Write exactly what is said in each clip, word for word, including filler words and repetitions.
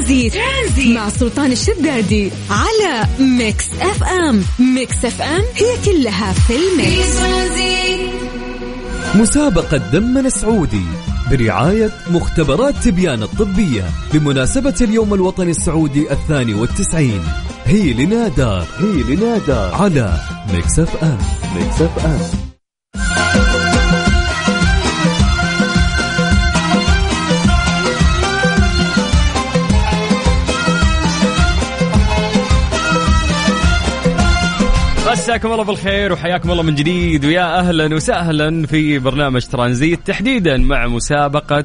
ترانزيت. ترانزيت مع سلطان الشدادي على ميكس اف ام. ميكس اف ام هي كلها في الميكس. مسابقة دمنا سعودي برعاية مختبرات تبيان الطبية بمناسبة اليوم الوطني السعودي الثاني والتسعين. هي لنادى هي لنادى على ميكس اف ام. ميكس اف ام. مساكم الله بالخير وحياكم الله من جديد ويا أهلا وسهلا في برنامج ترانزيت، تحديدا مع مسابقة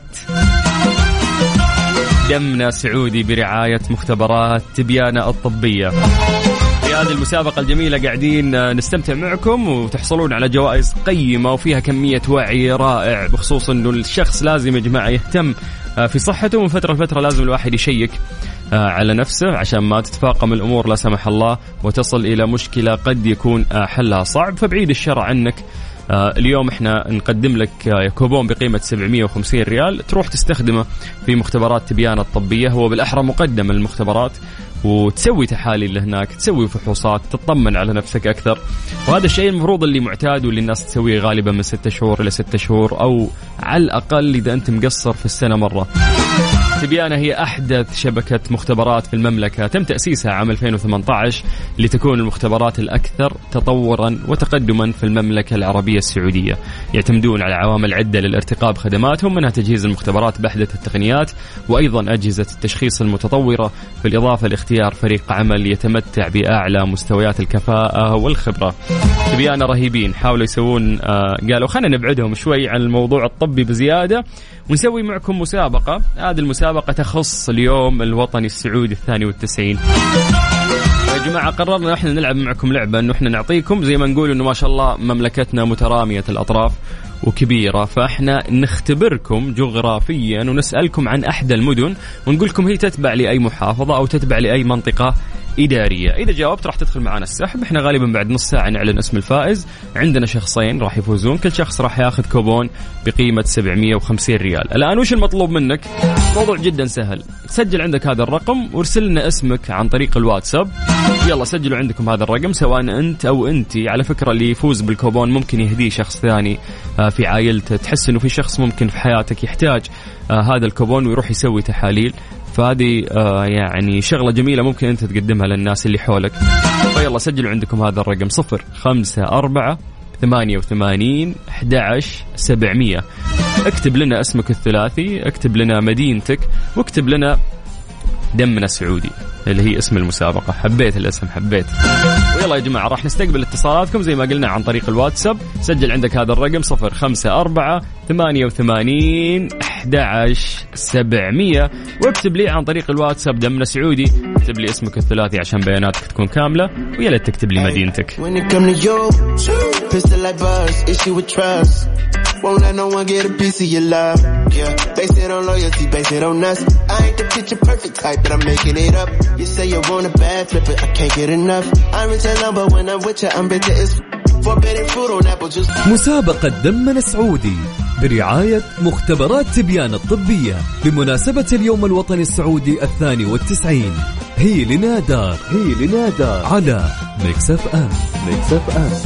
دمنا سعودي برعاية مختبرات تبيان الطبية. في هذه المسابقة الجميلة قاعدين نستمتع معكم وتحصلون على جوائز قيمة وفيها كمية وعي رائع بخصوص أنه الشخص لازم يا جماعة يهتم في صحته، ومن فترة لفترة لازم الواحد يشيك على نفسه عشان ما تتفاقم الأمور لا سمح الله وتصل إلى مشكلة قد يكون حلها صعب. فبعيد الشر عنك، اليوم احنا نقدم لك كوبون بقيمة سبعمية وخمسين ريال تروح تستخدمه في مختبرات تبيان الطبية. هو بالأحرى مقدم المختبرات وتسوي تحاليل هناك، تسوي فحوصات، تطمن على نفسك أكثر، وهذا الشيء المفروض اللي معتاد واللي الناس تسويه غالبا من ستة شهور إلى ستة شهور أو على الأقل إذا أنت مقصر في السنة مرة. تبيانة هي أحدث شبكة مختبرات في المملكة، تم تأسيسها عام ألفين وثمانية عشر لتكون المختبرات الأكثر تطورا وتقدما في المملكة العربية السعودية. يعتمدون على عوامل عدة للارتقاء بخدماتهم، منها تجهيز المختبرات بأحدث التقنيات وأيضا أجهزة التشخيص المتطورة، بالإضافة لاختيار فريق عمل يتمتع بأعلى مستويات الكفاءة والخبرة. تبيانة رهيبين، حاولوا يسوون آه قالوا خلينا نبعدهم شوي عن الموضوع الطبي بزيادة ونسوي معكم مسابقة. هذه المسابقة تخص اليوم الوطني السعودي الثاني والتسعين. يا جماعة قررنا احنا نلعب معكم لعبة انه احنا نعطيكم زي ما نقول انه ما شاء الله مملكتنا مترامية الأطراف وكبيرة، فاحنا نختبركم جغرافيا ونسألكم عن أحدى المدن ونقول لكم هي تتبع لأي محافظة أو تتبع لأي منطقة إدارية. إذا جاوبت راح تدخل معنا السحب. إحنا غالبا بعد نص ساعة نعلن اسم الفائز. عندنا شخصين راح يفوزون، كل شخص راح ياخذ كوبون بقيمة سبعمية وخمسين ريال. الآن وش المطلوب منك؟ موضوع جدا سهل، سجل عندك هذا الرقم وارسل لنا اسمك عن طريق الواتساب. يلا سجلوا عندكم هذا الرقم سواء أنت أو أنتي. على فكرة اللي يفوز بالكوبون ممكن يهديه شخص ثاني في عائلته، تحس إنه في شخص ممكن في حياتك يحتاج هذا الكوبون ويروح يسوي تحاليل، فهذه آه يعني شغلة جميلة ممكن أنت تقدمها للناس اللي حولك. فيلا سجلوا عندكم هذا الرقم صفر خمسة أربعة ثمانية وثمانين أحد عشر سبعمية. اكتب لنا اسمك الثلاثي، اكتب لنا مدينتك، واكتب لنا دمنا سعودي اللي هي اسم المسابقة. حبيت الاسم حبيت. ويلا يا جماعة راح نستقبل اتصالاتكم زي ما قلنا عن طريق الواتساب. سجل عندك هذا الرقم صفر خمسة أربعة ثمانية وثمانين أحد عشر سبعمية واكتب لي عن طريق الواتساب دمنا سعودي. اكتب لي اسمك الثلاثي عشان بياناتك تكون كاملة، ويلا تكتب لي مدينتك. Won't let no one get a piece of your love. Yeah, base it on loyalty, base it on us. I ain't the picture perfect type, but I'm making it up. You say you want a bad flip it, I can't get enough. I'm rich and but when I'm with you, I'm bitter as forbidden fruit on apple juice. مسابقة دمنا سعودي برعاية مختبرات تبيان الطبية بمناسبة اليوم الوطني السعودي الثاني والتسعين. هي لنادى هي لنادى على ميكس اف ام. ميكس اف ام.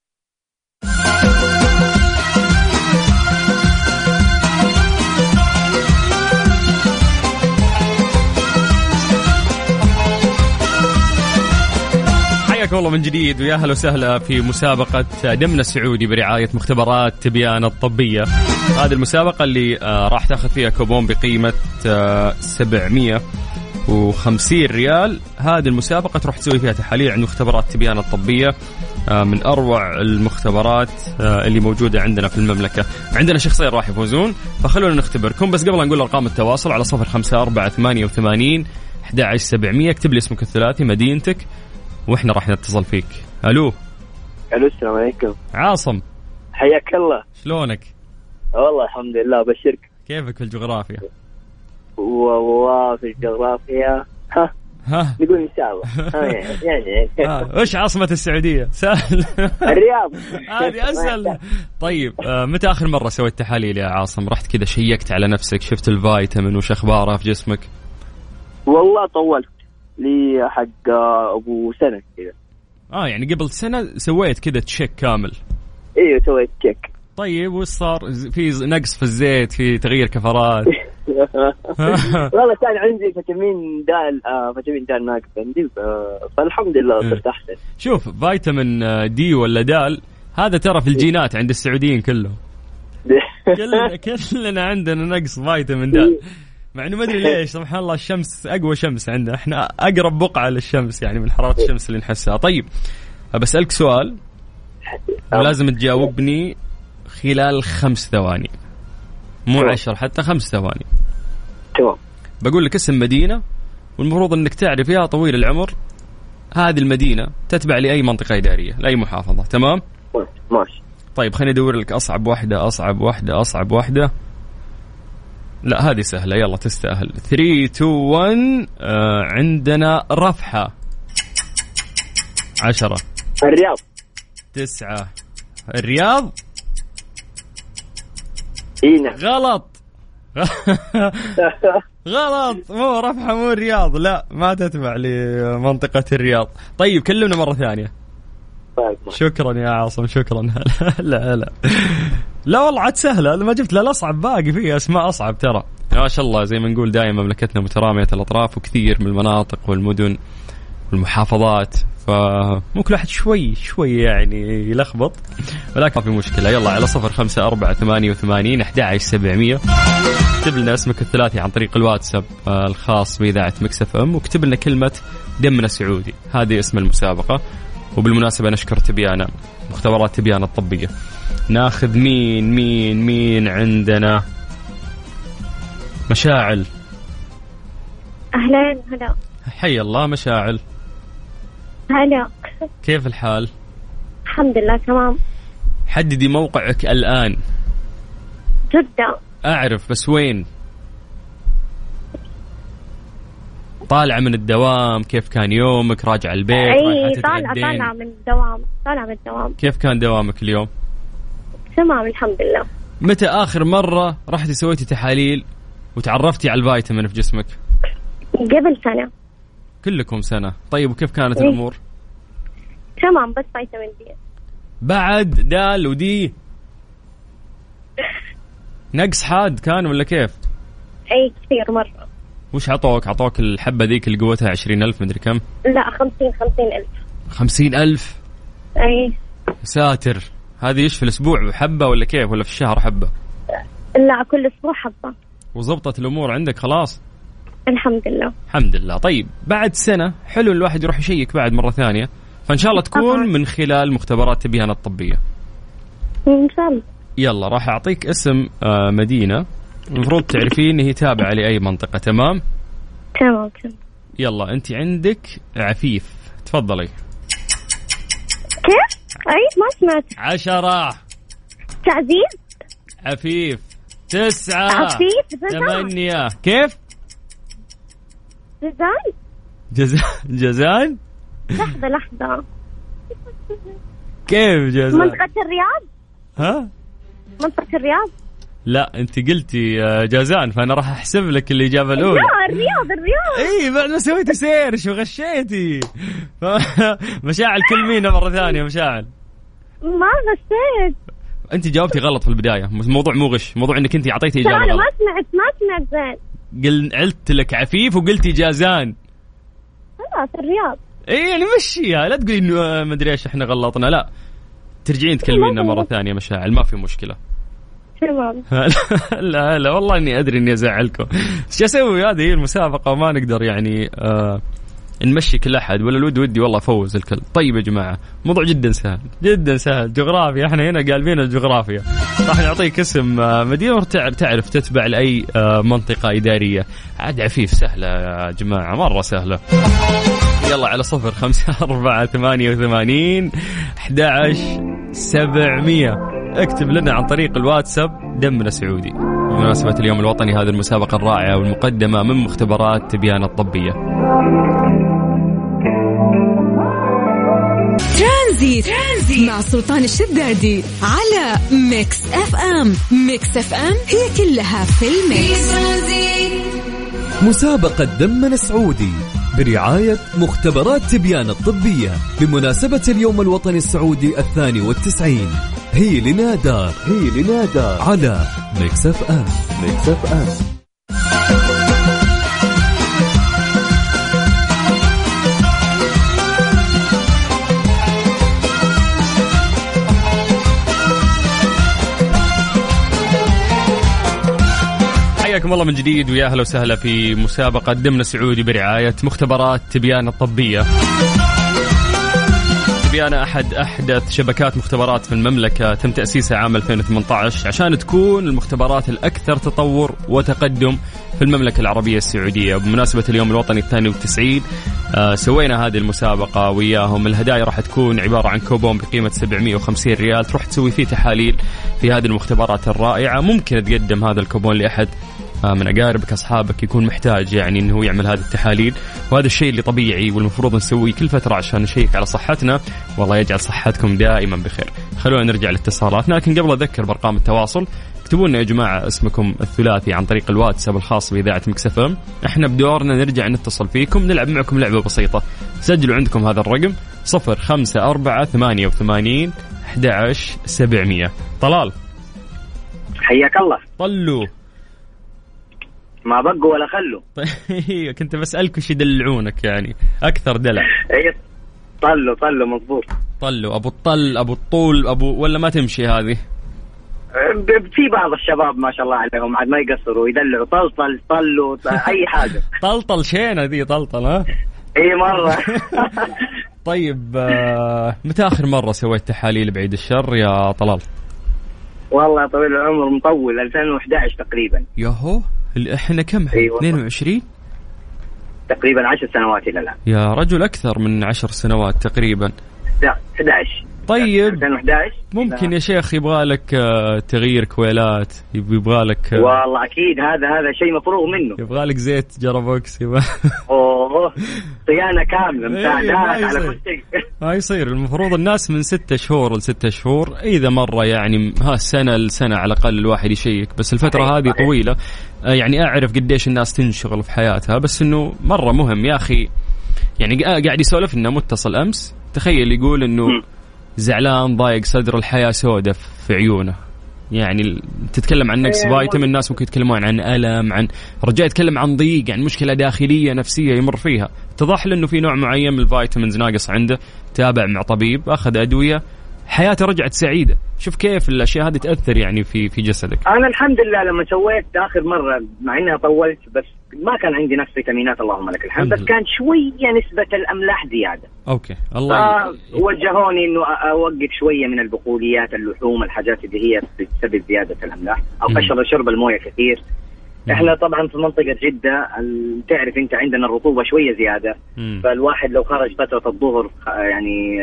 حياكم الله من جديد ويا أهلا وسهلا في مسابقة دمنا السعودي برعاية مختبرات تبيان الطبية. هذه المسابقة اللي راح تاخذ فيها كوبون بقيمة سبعمية وخمسين ريال. هذه المسابقة تروح تسوي فيها تحاليل عند مختبرات تبيان الطبية، من أروع المختبرات اللي موجودة عندنا في المملكة. عندنا شخصين راح يفوزون، فخلونا نختبركم. بس قبل نقول أرقام التواصل على صفر خمسة أربعة ثمانية وثمانين أحد عشر سبعمية. اكتب لي اسمك الثلاثي مدينتك وإحنا راح نتصل فيك. ألو. ألو السلام عليكم. عاصم حياك الله. شلونك؟ والله الحمد لله. بشرك. كيفك في الجغرافيا؟ والله في الجغرافيا ها ها نقول إن شاء الله. ها يعني يعني وش عاصمة السعودية؟ سهل. الرياض. هذه أسهل. طيب متى آخر مرة سويت تحاليل يا عاصم؟ رحت كذا شيكت على نفسك، شفت الفيتامين وش أخباره في جسمك؟ والله طولت لي حق أبو سنة كذا. آه يعني قبل سنة سويت كذا تشيك كامل. إيه سويت تشيك. طيب وش صار؟ في نقص في الزيت، في تغيير كفرات؟ والله كان عندي فيتامين دال آه فيتامين دال ناقص عندي، فالحمد لله صرت أحسن. شوف فيتامين دي ولا دال هذا ترى في الجينات عند السعوديين كلهم. كلنا كلنا عندنا نقص فيتامين دال، مع انه ما ادري ليش. سبحان الله الشمس اقوى شمس عندنا، احنا اقرب بقعه للشمس يعني من حراره الشمس اللي نحسها. طيب بسألك سؤال ولازم تجاوبني خلال خمس ثواني، مو عشر حتى خمس ثواني. تمام. بقول لك اسم مدينه والمفروض انك تعرف يا طويل العمر هذه المدينه تتبع لاي منطقه اداريه لاي محافظه. تمام ماشي. طيب خليني ادور لك اصعب واحده اصعب واحده اصعب واحده. لا هذه سهلة، يلا تستاهل. ثلاثة اثنين واحد. آه عندنا رفحة. عشرة. الرياض. تسعة. الرياض. إيه نعم. غلط. غلط، مو رفحة مو الرياض، لا ما تتبع لمنطقة الرياض. طيب كلمنا مرة ثانية. شكرا يا عاصم شكرا. لا لا لا والله عاد سهلة، ما جبت لا الأصعب، باقي فيه أسماء أصعب ترى. ما شاء الله زي ما نقول دائما مملكتنا مترامية الأطراف وكثير من المناطق والمدن والمحافظات، فمو كل واحد شوي شوي يعني يلخبط، ولكن ما في مشكلة. يلا على صفر خمسة أربعة ثمانية وثمانين أحد عشر سبعمية اكتب لنا اسمك الثلاثي عن طريق الواتساب الخاص بإذاعة ميكس اف ام، واكتب لنا كلمة دمنا سعودي، هذه اسم المسابقة. وبالمناسبة نشكر تبيانة مختبرات تبيانة الطبية. ناخذ مين مين مين عندنا؟ مشاعل. أهلا. هلا. حي الله مشاعل. هلا. كيف الحال؟ الحمد لله تمام. حددي موقعك الآن. جدة. أعرف بس وين؟ طالعة من الدوام، كيف كان يومك؟ راجع البيت؟ أي طالعة طالعة من الدوام طالعة من الدوام. كيف كان دوامك اليوم؟ تمام الحمد لله. متى آخر مرة رحتي سويتي تحاليل وتعرفتي على الفيتامين في جسمك؟ قبل سنة. كلكم سنة. طيب وكيف كانت إيه؟ الأمور؟ تمام بس فيتامين دي. بعد دال ودي نقص حاد كان ولا كيف؟ أي كثير مرة. وش عطوك؟ عطوك الحبة ذيك اللي قوتها عشرين ألف مدري كم؟ لا خمسين خمسين ألف. خمسين ألف؟ أي ساتر. هذه إيش في الأسبوع حبة ولا كيف ولا في الشهر حبة؟ لا كل أسبوع حبة. وزبطت الأمور عندك خلاص؟ الحمد لله. الحمد لله. طيب بعد سنة حلو الواحد يروح يشيك بعد مرة ثانية، فإن شاء الله تكون أه. من خلال مختبرات تبيانة الطبية إن شاء الله. يلا راح أعطيك اسم مدينة المفروض تعرفين هي تابعة لأي منطقة. تمام تمام تمام. يلا أنت عندك عفيف، تفضلي. كيف؟ أي ما سمعت. عشرة. تعزيز. عفيف. تسعة. عفيف. ثمانية. كيف؟ جزان. جزان. جزان. لحظة لحظة. كيف جزان؟ منطقة الرياض. ها؟ منطقة الرياض. لا انت قلتي جازان، فانا راح احسب لك الاجابه الاولى. لا الرياض الرياض. اي بعد ما سويتي سيرش وغشيتي. مشاعل كل مين مره ثانيه؟ مشاعل ما غشيت. انت جاوبتي غلط في البدايه، موضوع مو غش، موضوع انك انت اعطيتي اجابه غلط. انا ما سمعت ما سمعت زين. قل قلت لك عفيف وقلتي جازان. خلاص الرياض. اي يعني مشيها، لا تقولي انه ما ادري ايش احنا غلطنا، لا ترجعين تكلمينا مره ثانيه مشاعل، ما في مشكله. تمام. لا لا والله اني ادري اني ازعلكم، ايش اسوي؟ هذه هي المسابقه وما نقدر يعني آه نمشي كل احد، ولا الود ودي والله افوز الكل. طيب يا جماعه موضوع جدا سهل جدا سهل، جغرافيا، احنا هنا قالبين الجغرافيا. راح نعطيك اسم مدينه تعرف تتبع لاي منطقه اداريه. عاد عفيف سهله يا جماعه، مره سهله. يلا على صفر خمسة أربعة ثمانية وثمانين أحد عشر سبعمية اكتب لنا عن طريق الواتساب دمنا سعودي. بمناسبة اليوم الوطني هذه المسابقة الرائعة والمقدمة من مختبرات تبيانة الطبية. ترانزيت. ترانزيت مع سلطان الشدادي على ميكس اف ام. ميكس اف ام هي كلها في الميكس. مسابقة دمنا السعودي برعاية مختبرات تبيان الطبية بمناسبة اليوم الوطني السعودي الثاني والتسعين. هي لنادار هي لنادار على ميكس اف ام. ميكس اف ام. حياكم الله من جديد ويا اهلا وسهلا في مسابقة دمنا السعودي برعاية مختبرات تبيان الطبية. تبيان أحد أحدث شبكات مختبرات في المملكة، تم تأسيسها عام ألفين وثمانية عشر عشان تكون المختبرات الأكثر تطور وتقدم في المملكة العربية السعودية. بمناسبة اليوم الوطني الثاني والتسعين آه سوينا هذه المسابقة وياهم. الهدايا راح تكون عبارة عن كوبون بقيمة سبعمية وخمسين ريال تروح تسوي فيه تحاليل في هذه المختبرات الرائعة. ممكن تقدم هذا الكوبون لأحد من أقاربك أصحابك يكون محتاج يعني أنه يعمل هذه التحاليل، وهذا الشيء اللي طبيعي والمفروض نسويه كل فترة عشان نشيك على صحتنا. والله يجعل صحتكم دائما بخير. خلونا نرجع لاتصالاتنا، لكن قبل أذكر بأرقام التواصل. اكتبوا لنا يا جماعة اسمكم الثلاثي عن طريق الواتساب الخاص بإذاعة ميكس اف ام. احنا بدورنا نرجع نتصل فيكم نلعب معكم لعبة بسيطة. سجلوا عندكم هذا الرقم صفر خمسة أربعة ثمانية وثمانين أحد عشر سبعمية. طلال حياك الله. طلوا ما بقوا ولا خلوا. طيب كنت بسألك وش يدلعونك يعني أكثر دلع؟ اي طلوا طلوا مضبوط. طلوا أبو الطل أبو الطول أبو ولا ما تمشي هذه؟ في بعض الشباب ما شاء الله عليهم عاد ما يقصروا يدلعوا طلطل طلوا أي حاجة. طلطل شينة ذي طلطل ها؟ اي مرة. طيب آه متى آخر مرة سويت تحاليل بعيد الشر يا طلال؟ والله طويل العمر مطول ألفين وإحدى عشر تقريبا. ياهو احنا كم؟ أيوة. اثنين وعشرين تقريبا عشر سنوات إلى الآن. يا رجل أكثر من عشر سنوات تقريبا. لا إحدى عشر. طيب ألفين وإحدى عشر ممكن لا. يا شيخ يبغالك تغيير كويلات، يبغالك والله أكيد هذا هذا شيء مفروغ منه. يبغالك زيت جرابوكس يبغى أوه صيانة كاملة مساعدات على كل شيء. ما يصير. المفروض الناس من ستة شهور لستة شهور إذا مرة يعني ها سنة لسنة على الأقل الواحد يشيك، بس الفترة هذه طويلة يعني أعرف قديش الناس تنشغل في حياتها، بس إنه مرة مهم يا أخي. يعني قاعد يسولف إنه متصل أمس تخيل يقول إنه زعلان ضايق صدر الحياة سودة في عيونه. يعني تتكلم عن نقص فيتامين، الناس ممكن يتكلمون عن ألم، عن رجاء يتكلم عن ضيق، عن مشكلة داخلية نفسية يمر فيها. اتضح له إنه في نوع معين من الفيتامينز ناقص عنده، تابع مع طبيب، أخذ أدوية، حياته رجعت سعيدة. شوف كيف الأشياء هذه تأثر يعني في في جسدك. أنا الحمد لله لما سويت آخر مرة مع إنها طولت بس ما كان عندي نفس فيتامينات اللهم لك الحمد، بس كان شوية نسبة الأملاح زيادة. أوكي الله وجهوني إنه أوقف شوية من البقوليات، اللحوم، الحاجات اللي هي بتسبب زيادة الأملاح، أو أشرب شرب الموية كثير. احنا طبعا في منطقة جدة تعرف انت عندنا الرطوبة شوية زيادة، مم. فالواحد لو خرج فترة الظهر يعني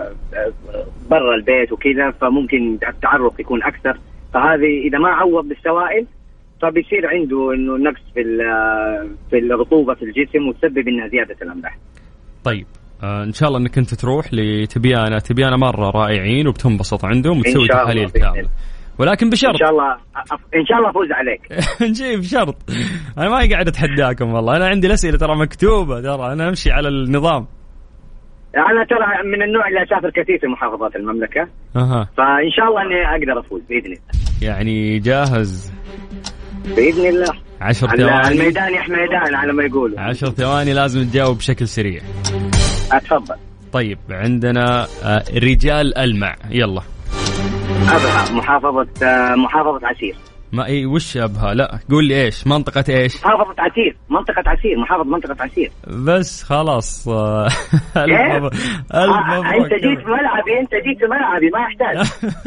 برا البيت وكذا فممكن التعرق يكون أكثر، فهذه إذا ما عوض بالسوائل فبيصير عنده إنه نقص في في الرطوبة في الجسم وتسبب إنها زيادة الأملاح. طيب آه إن شاء الله إنك أنت تروح لتبيانة. تبيانة مرة رائعين وبتنبسط عندهم وتسوي تحاليل كاملة، ولكن بشرط ان شاء الله ان شاء الله افوز عليك. نجيب بشرط. انا ما قاعد اتحداكم والله، انا عندي الاسئله ترى مكتوبه، ترى انا امشي على النظام. انا ترى من النوع اللي اسافر كثير في محافظات المملكه، اها فان شاء الله اني اقدر افوز باذن الله. يعني جاهز باذن الله. عشر ثواني الميدان يا حميدان على ما يقولوا. عشر ثواني لازم تجاوب بشكل سريع. اتفضل. طيب عندنا رجال ألمع، يلا. أبها محافظة محافظة عسير. ما اي وش أبها؟ لا قول لي ايش منطقة ايش؟ محافظة عسير، منطقة عسير، محافظة منطقة عسير. بس خلاص. ألف مبروك. أنت جيت في ملعبي، أنت جيت في ملعبي، ما يحتاج.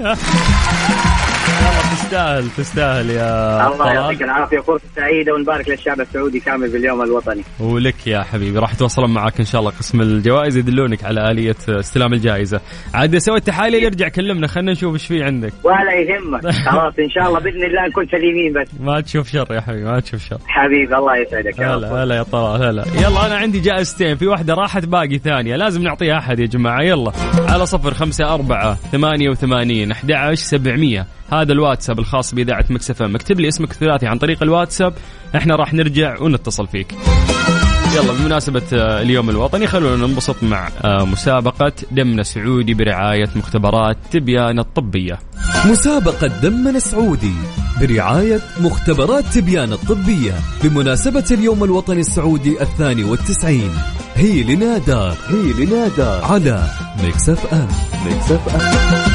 تستاهل تستاهل يا الله يعطيك العافية، فرصة سعيدة ونبارك للشعب السعودي كامل باليوم الوطني. ولك يا حبيبي راح يتواصلون معك إن شاء الله قسم الجوائز يدلونك على آلية استلام الجائزة. عاد سوي التحاليل يرجع كلمنا خلنا نشوف إيش في عندك. ولا يهمك خلاص إن شاء الله بإذن الله نكون سليمين. بس ما تشوف شر يا حبيبي ما تشوف شر. حبيبي الله يسعدك. هلا هلا يا طلال هلا. يلا أنا عندي جائزتين، في واحدة راحت باقي ثانية لازم نعطيها أحد يا جماعة. يلا على صفر خمسة أربعة ثمانية وثمانين أحد عشر سبعمية، هذا الواتساب الخاص بإذاعة ميكس اف ام. اكتب لي اسمك الثلاثي عن طريق الواتساب احنا راح نرجع ونتصل فيك. يلا بمناسبة اليوم الوطني خلونا ننبسط مع مسابقة دمنا سعودي برعاية مختبرات تبيان الطبية. مسابقة دمنا سعودي برعاية مختبرات تبيان الطبية بمناسبة اليوم الوطني السعودي الثاني والتسعين. هي لنادى هي لنادى على ميكس اف ام. ميكس اف ام.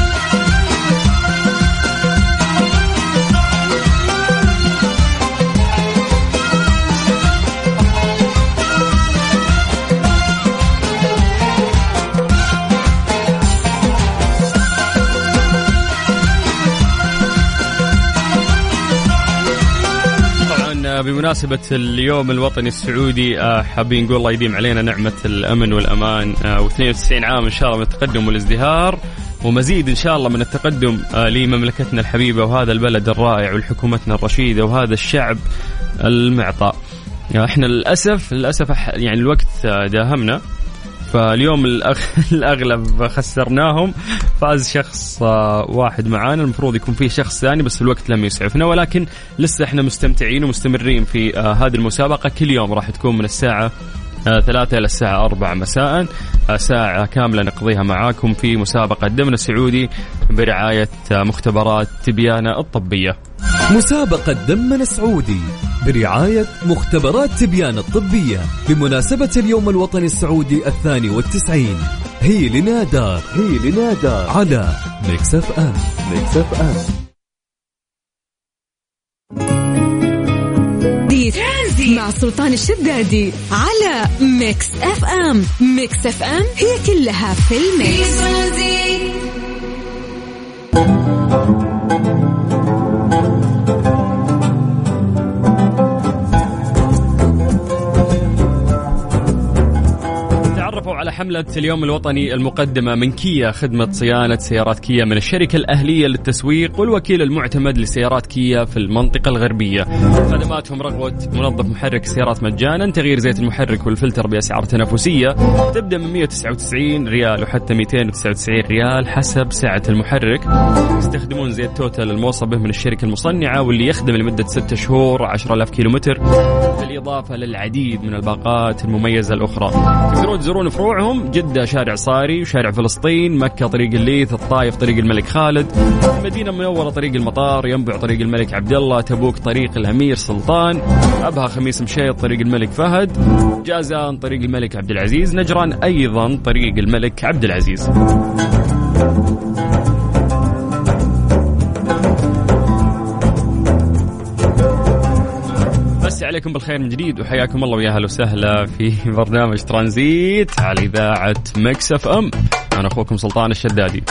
بمناسبة اليوم الوطني السعودي حابين نقول الله يديم علينا نعمة الأمن والأمان واثنين وتسعين عام إن شاء الله من التقدم والازدهار ومزيد إن شاء الله من التقدم لمملكتنا الحبيبة وهذا البلد الرائع والحكومتنا الرشيدة وهذا الشعب المعطاء. إحنا للأسف للأسف يعني الوقت داهمنا، فاليوم الأغلب خسرناهم. فاز شخص واحد معانا، المفروض يكون فيه شخص ثاني بس الوقت لم يسعفنا، ولكن لسه احنا مستمتعين ومستمرين في هذه المسابقة. كل يوم راح تكون من الساعة ثلاثة إلى الساعة أربعة مساء، ساعة كاملة نقضيها معاكم في مسابقة دمنا سعودي برعاية مختبرات تبيان الطبية. مسابقة دمنا سعودي برعاية مختبرات تبيان الطبية بمناسبة اليوم الوطني السعودي الثاني والتسعين. هي لنادى هي لنادى على ميكس اف ام. ميكس اف ام. مع سلطان الشدادي على ميكس اف ام. ميكس اف ام هي كلها في الميكس. على حملة اليوم الوطني المقدمة من كيا، خدمة صيانة سيارات كيا من الشركة الأهلية للتسويق والوكيل المعتمد لسيارات كيا في المنطقة الغربية. خدماتهم رغوة منظف محرك السيارات مجانا، تغيير زيت المحرك والفلتر بأسعار تنافسية تبدأ من مئة وتسعة وتسعين ريال وحتى مئتين وتسعة وتسعين ريال حسب سعة المحرك. يستخدمون زيت توتال الموصى به من الشركة المصنعة واللي يخدم لمدة ستة شهور عشرة آلاف كيلومتر، بالإضافة للعديد من الباقات المميزة الأخرى. تقدرون تزورون فروعهم: جدة شارع صاري وشارع فلسطين، مكة طريق الليث، الطائف طريق الملك خالد، المدينة المنورة طريق المطار، ينبع طريق الملك عبد الله، تبوك طريق الأمير سلطان، أبها خميس مشيط طريق الملك فهد، جازان طريق الملك عبد العزيز، نجران أيضا طريق الملك عبد العزيز. عليكم بالخير من جديد وحياكم الله ويا اهلا وسهلا في برنامج ترانزيت على إذاعة ميكس اف ام. أنا أخوكم سلطان الشدادي.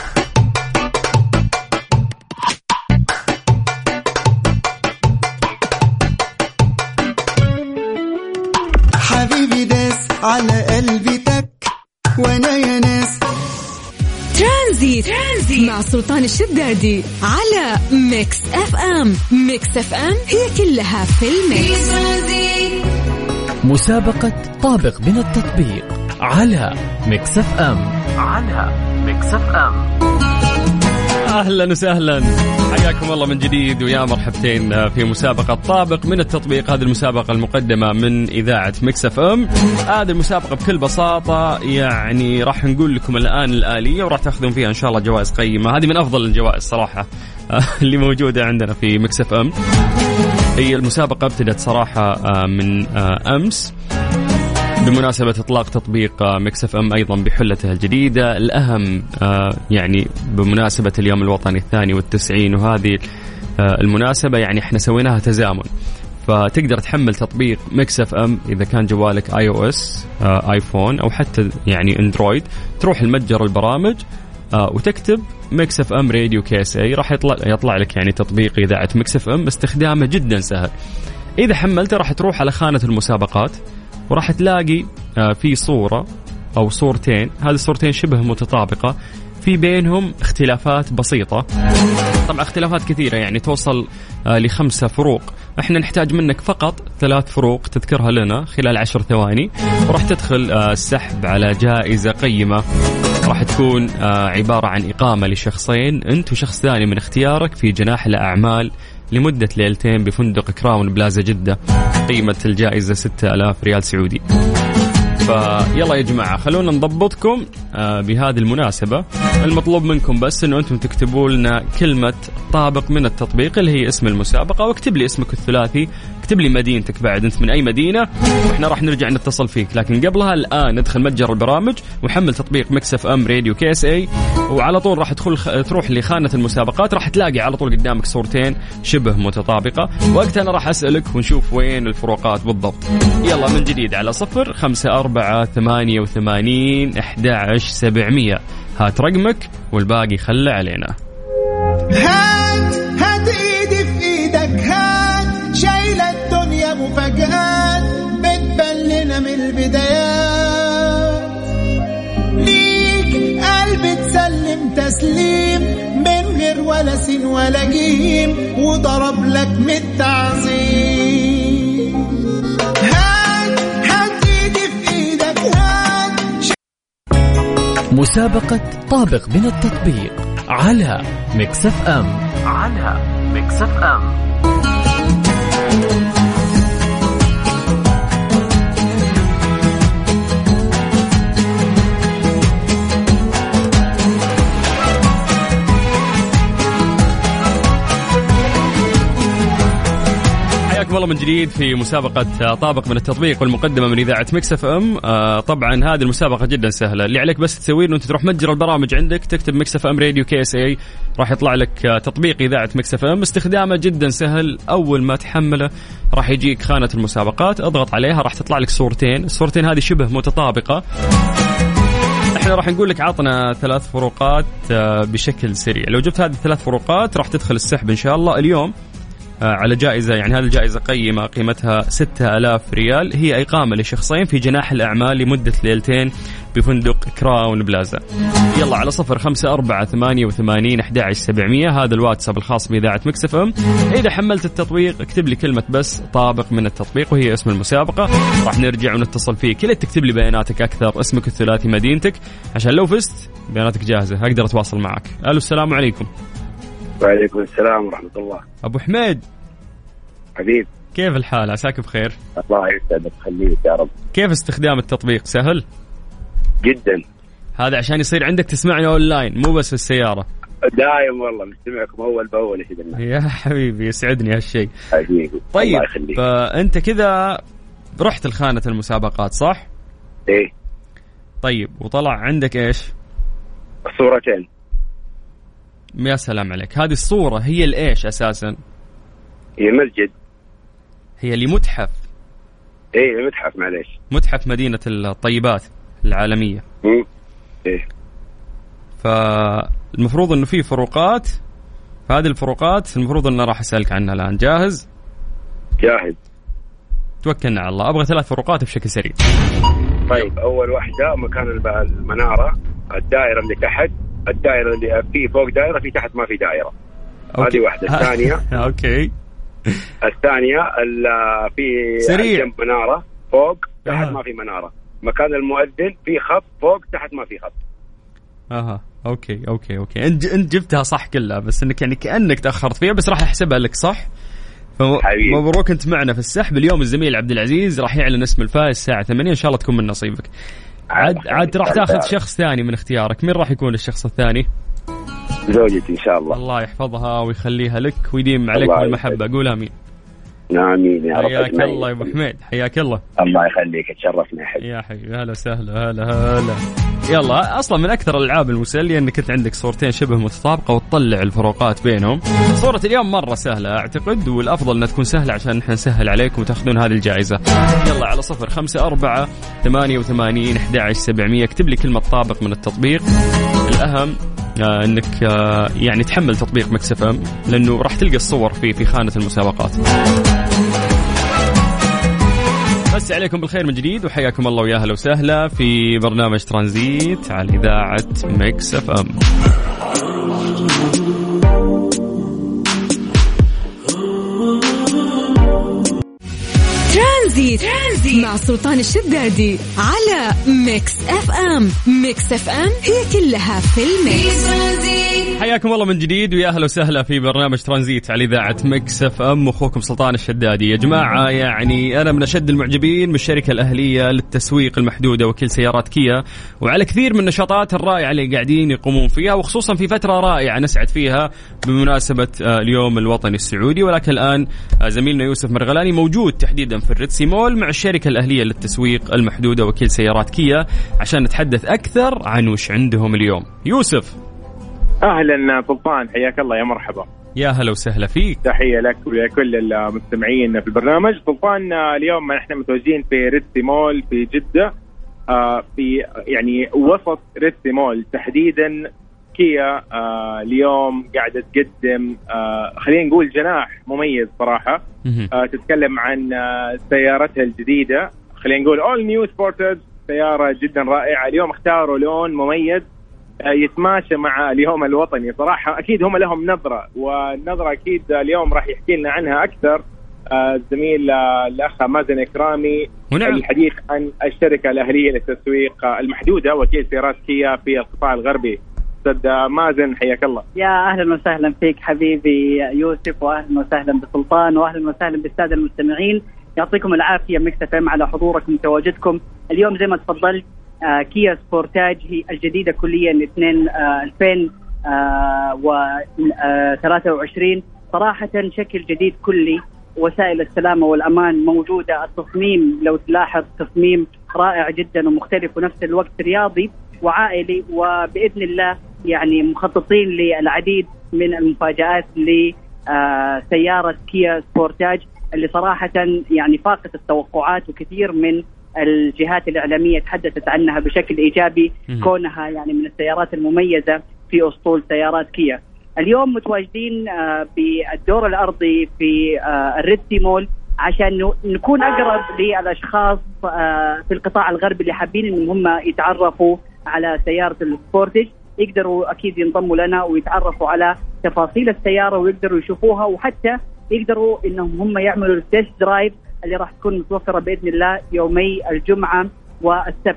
حبيبي داس على قلبي تك وانا يا ناس. ترانزيت. ترانزيت مع سلطان الشدادي على ميكس اف ام. ميكس اف ام هي كلها في الميكس. مسابقة طابق من التطبيق على ميكس اف ام. على ميكس اف ام. أهلا وسهلا، حياكم الله من جديد ويا مرحبتين في مسابقة طابق من التطبيق. هذه المسابقة المقدمة من إذاعة ميكس اف ام. هذه المسابقة بكل بساطة يعني راح نقول لكم الآن الآلية وراح تأخذون فيها إن شاء الله جوائز قيمة. هذه من أفضل الجوائز صراحة اللي موجودة عندنا في ميكس اف ام. هي المسابقة ابتدت صراحة من أمس بمناسبة إطلاق تطبيق ميكس اف ام أيضا بحلته الجديدة. الأهم يعني بمناسبة اليوم الوطني الثاني والتسعين وهذه المناسبة يعني احنا سويناها تزامن، فتقدر تحمل تطبيق ميكس اف ام إذا كان جوالك اي او اس ايفون أو حتى يعني اندرويد، تروح المتجر البرامج وتكتب ميكس اف ام راديو كيس اي، راح يطلع يطلع لك يعني تطبيق إذاعة ميكس اف ام. استخدامه جدا سهل. إذا حملته راح تروح على خانة المسابقات وراح تلاقي في صورة أو صورتين، هذه الصورتين شبه متطابقة، في بينهم اختلافات بسيطة، طبعا اختلافات كثيرة يعني توصل لخمسة فروق. احنا نحتاج منك فقط ثلاث فروق تذكرها لنا خلال عشر ثواني، وراح تدخل السحب على جائزة قيمة راح تكون عبارة عن إقامة لشخصين، أنت وشخص ثاني من اختيارك في جناح الأعمال لمدة ليلتين بفندق كراون بلازا جدة. قيمة الجائزة ستة آلاف ريال سعودي. فيلا يا جماعة خلونا نضبطكم بهذه المناسبة. المطلوب منكم بس أنه أنتم تكتبوا لنا كلمة طابق من التطبيق اللي هي اسم المسابقة، واكتب لي اسمك الثلاثي، اكتب لي مدينتك بعد، أنت من أي مدينة، وإحنا راح نرجع نتصل فيك. لكن قبلها الآن ندخل متجر البرامج وحمل تطبيق ميكس اف ام راديو كي اس اي، وعلى طول راح تدخل تروح لخانة المسابقات، راح تلاقي على طول قدامك صورتين شبه متطابقة. وقتها أنا راح أسألك ونشوف وين الفروقات بالضبط. يلا من جديد على صفر خمسة أربعة ثمانية وثمانين أحد عشر سبعمية، هات رقمك والباقي خلى علينا. هات هات ايدي في ايدك، هات شايلة الدنيا مفاجآت بتبلنا من البدايات، ليك قلبي تسلم تسليم من غير ولا سين ولا جيم، وضرب لك من التعظيم. هات هات ايدي في ايدك، هات مسابقة طابق من التطبيق على ميكس اف ام، على ميكس اف ام. والله من جديد في مسابقة طابق من التطبيق والمقدمة من إذاعة ميكس اف ام. آه طبعا هذه المسابقة جدا سهلة، اللي عليك بس تسويه إنه أنت تروح متجر البرامج عندك، تكتب ميكس اف ام راديو كي اس اي، راح يطلع لك تطبيق إذاعة ميكس اف ام. استخدامه جدا سهل، أول ما تحمله راح يجيك خانة المسابقات، اضغط عليها راح تطلع لك صورتين، الصورتين هذه شبه متطابقة. احنا راح نقول لك عطنا ثلاث فروقات بشكل سريع. لو جبت هذه الثلاث فروقات راح تدخل السحب إن شاء الله اليوم على جائزة، يعني هذه الجائزة قيمة قيمتها ستة آلاف ريال، هي إقامة لشخصين في جناح الأعمال لمدة ليلتين بفندق كراون بلازا. يلا على صفر خمسة أربعة ثمانية وثمانين أحد عشر سبعمية، هذا الواتساب الخاص بإذاعة ميكس اف ام. إذا حملت التطبيق اكتب لي كلمة بس طابق من التطبيق وهي اسم المسابقة، راح نرجع ونتصل فيك. كلا تكتب لي بياناتك أكثر، اسمك الثلاثي، مدينتك، عشان لو فزت بياناتك جاهزة أقدر أتواصل معك. ألو السلام عليكم. وعليكم السلام ورحمة الله. أبو حميد حبيب، كيف الحال؟ عساك بخير؟ الله يسعدك خليك يا رب. كيف استخدام التطبيق؟ سهل جدا. هذا عشان يصير عندك تسمعني أونلاين مو بس في السيارة. دايم والله مستمعكم أول بأول يا حبيبي، يسعدني هالشيء حبيبي. طيب فأنت كذا رحت لخانة المسابقات صح؟ إيه. طيب وطلع عندك إيش؟ صورتين. يا سلام عليك، هذه الصورة هي الإيش أساسا؟ هي مسجد، هي اللي متحف. ايه متحف، معليش، متحف مدينة الطيبات العالمية. امم ايه. فالمفروض انه في فروقات، هذه الفروقات المفروض انه راح اسألك عنها الان. جاهز؟ جاهز. توكلنا على الله. ابغى ثلاث فروقات بشكل سريع. طيب اول واحدة مكان المنارة، الدائرة اللي تحت، الدائرة اللي في فوق دائرة، في تحت ما في دائرة. هذه واحدة. الثانية اوكي. الثانية في جنب منارة فوق، تحت آه. ما في منارة. مكان المؤذن في خط فوق، تحت ما في خط. اها اوكي اوكي اوكي انت انت جبتها صح كلها، بس انك يعني كأنك تأخرت فيها، بس راح احسبها لك صح. فمبروك انت معنا في السحب اليوم. الزميل عبد العزيز راح يعلن اسم الفائز الساعة ثمانية، ان شاء الله تكون من نصيبك. عاد عاد راح تاخذ شخص ثاني من اختيارك. مين راح يكون الشخص الثاني؟ زوجتي إن شاء الله. الله يحفظها ويخليها لك ويديم عليك بالمحبة. قول آمين. آمين يا رب. حياك الله يا أبو حميد، حياك الله. الله يخليك، تشرفنا يا حبيبي. يا حبيبي هلا سهلا هلا هلا. يلا أصلا من أكثر الألعاب المسلية أنك أنت عندك صورتين شبه متطابقة وتطلع الفروقات بينهم. صورة اليوم مرة سهلة أعتقد، والأفضل أنها تكون سهلة عشان نحن نسهل عليكم وتأخذون هذه الجائزة. يلا على صفر خمسة أربعة ثمانية وثمانين أحد عشر سبعمية اكتب لي كلمة طابق من التطبيق. الأهم آه انك آه يعني تحمل تطبيق ميكس اف ام، لانه راح تلقى الصور في في خانة المسابقات. بس عليكم بالخير من جديد، وحياكم الله ويا اهلا وسهلا في برنامج ترانزيت على اذاعة ميكس اف ام. ترانزيت, ترانزيت مع سلطان الشدادي على ميكس اف ام. ميكس اف ام هي كلها في الميكس. حياكم الله من جديد ويا اهلا وسهلا في برنامج ترانزيت على اذاعه ميكس اف ام. اخوكم سلطان الشدادي. يا جماعه يعني انا من اشد المعجبين بالشركه الاهليه للتسويق المحدوده وكيل سيارات كيا، وعلى كثير من النشاطات الرائعه اللي قاعدين يقومون فيها، وخصوصا في فتره رائعه نسعد فيها بمناسبه اليوم الوطني السعودي. ولكن الان زميلنا يوسف مرغلاني موجود تحديدا في الريتسي مول مع الشركه الاهليه للتسويق المحدوده وكيل سيارات كيا عشان نتحدث اكثر عن وش عندهم اليوم. يوسف اهلا سلطان، حياك الله، يا مرحبا. يا هلا وسهلا فيك. تحيه لك ولكل المستمعين في البرنامج. سلطان اليوم احنا متواجدين في ريتسي مول في جده، في يعني وسط ريتسي مول تحديدا. كيا اليوم قاعده تقدم خلينا نقول جناح مميز صراحه. تتكلم عن سيارتها الجديده، خلينا نقول اول نيو سبورتج، سياره جدا رائعه. اليوم اختاروا لون مميز يتماشى مع اليوم الوطني صراحة. أكيد هم لهم نظرة، والنظرة أكيد اليوم راح يحكي لنا عنها أكثر الزميل الأخ مازن إكرامي. ونعم. الحديث عن الشركة الأهلية للتسويق المحدودة وكيل سيارات كيا في القطاع الغربي. أستاذ مازن حياك الله. يا أهلا وسهلا فيك حبيبي يوسف، وأهلا وسهلا بسلطان، وأهلا وسهلا بالسادة المستمعين. يعطيكم العافية ميكس اف ام على حضوركم وتواجدكم اليوم. زي ما تفضلت آه كيا سبورتاج هي الجديدة كليا اثنين آه ألفين وثلاثة وعشرين. صراحة شكل جديد كلي، وسائل السلامة والأمان موجودة. التصميم لو تلاحظ تصميم رائع جدا ومختلف ونفس الوقت رياضي وعائلي، وبإذن الله يعني مخططين للعديد من المفاجآت لسيارة كيا سبورتاج اللي صراحة يعني فاقت التوقعات، وكثير من الجهات الإعلامية تحدثت عنها بشكل إيجابي كونها يعني من السيارات المميزة في أسطول سيارات كيا. اليوم متواجدين بالدور الأرضي في الريتسي مول عشان نكون أقرب للأشخاص في القطاع الغربي اللي حابين إنهم هم يتعرفوا على سيارة السبورتج. يقدروا أكيد ينضموا لنا ويتعرفوا على تفاصيل السيارة ويقدروا يشوفوها، وحتى يقدروا إنهم هم يعملوا التست درايف اللي راح تكون متوفرة بإذن الله يومي الجمعة والسبت.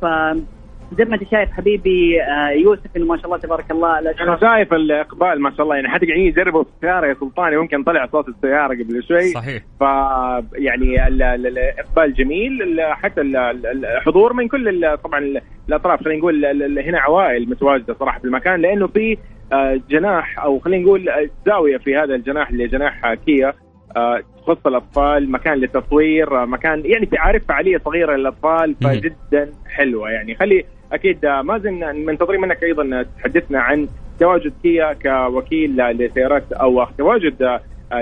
فزي ما انت شايف حبيبي يوسف انه ما شاء الله تبارك الله انا شايف الاقبال ما شاء الله، يعني حتى قاعدين يجربوا السيارة يا سلطان، يمكن طلع صوت السيارة قبل شوي. صحيح. ف يعني الاقبال جميل، حتى الحضور من كل طبعا الاطراف. خلينا نقول هنا عوائل متواجدة صراحة في المكان، لانه في جناح او خلينا نقول زاوية في هذا الجناح اللي جناح كيا تخص الأطفال، مكان للتصوير، مكان يعني في عارف فعالية صغيرة للأطفال، فجدا حلوة. يعني خلي أكيد مازن منتظرين منك أيضا تحدثنا عن تواجد كيا كوكيل لسيارات أو تواجد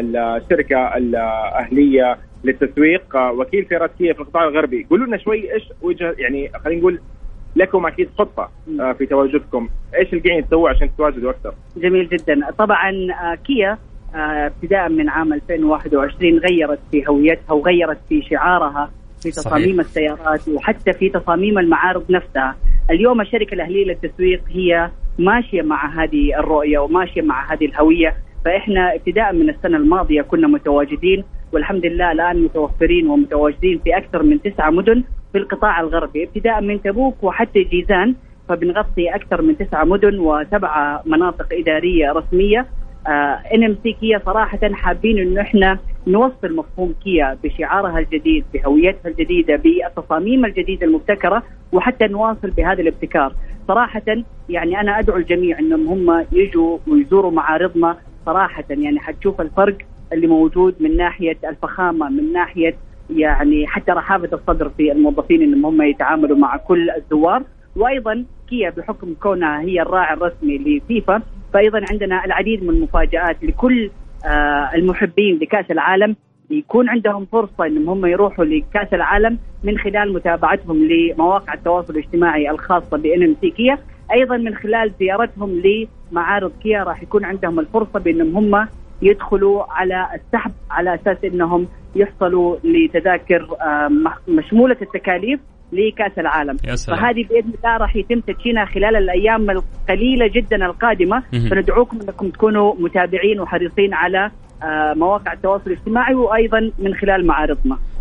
الشركة الأهلية للتسويق وكيل سيارات كيا في القطاع الغربي. قولوا لنا شوي إيش وجه يعني خلينا نقول لكم أكيد خطة في تواجدكم، إيش اللي قاعدين تسووا عشان تتواجدوا أكثر؟ جميل جدا. طبعا كيا ابتداء من عام ألفين وواحد وعشرين غيرت في هويتها وغيرت في شعارها في تصاميم صحيح. السيارات وحتى في تصاميم المعارض نفسها. اليوم الشركة الأهلية للتسويق هي ماشية مع هذه الرؤية وماشية مع هذه الهوية. فإحنا ابتداء من السنة الماضية كنا متواجدين، والحمد لله الآن متوفرين ومتواجدين في أكثر من تسعة مدن في القطاع الغربي، ابتداء من تبوك وحتى جيزان. فبنغطي أكثر من تسعة مدن وسبعة مناطق إدارية رسمية. إن إم سي كيا صراحة حابين إنه إحنا نوصل مفهوم كيا بشعارها الجديد، بهويتها الجديدة، بالتصاميم الجديدة المبتكرة، وحتى نواصل بهذا الابتكار. صراحة يعني أنا أدعو الجميع إنهم هم يجوا ويزوروا معارضنا. صراحة يعني حتشوف الفرق اللي موجود من ناحية الفخامة، من ناحية يعني حتى رحابة الصدر في الموظفين إنهم هم يتعاملوا مع كل الزوار. وأيضا كيا بحكم كونها هي الراعي الرسمي لفيفا، فأيضا عندنا العديد من المفاجآت لكل آه المحبين لكأس العالم. يكون عندهم فرصة إنهم هم يروحوا لكأس العالم من خلال متابعتهم لمواقع التواصل الاجتماعي الخاصة بإن إم سي كيا، أيضا من خلال زيارتهم لمعارض كيا راح يكون عندهم الفرصة بأنهم هم يدخلوا على السحب على أساس أنهم يحصلوا لتذاكر آه مشمولة التكاليف لكأس العالم. فهذه بإذن الله راح يتم تدشينها خلال الأيام القليلة جدا القادمة. فندعوكم أنكم تكونوا متابعين وحريصين على مواقع التواصل الاجتماعي وأيضا من خلال معارضنا.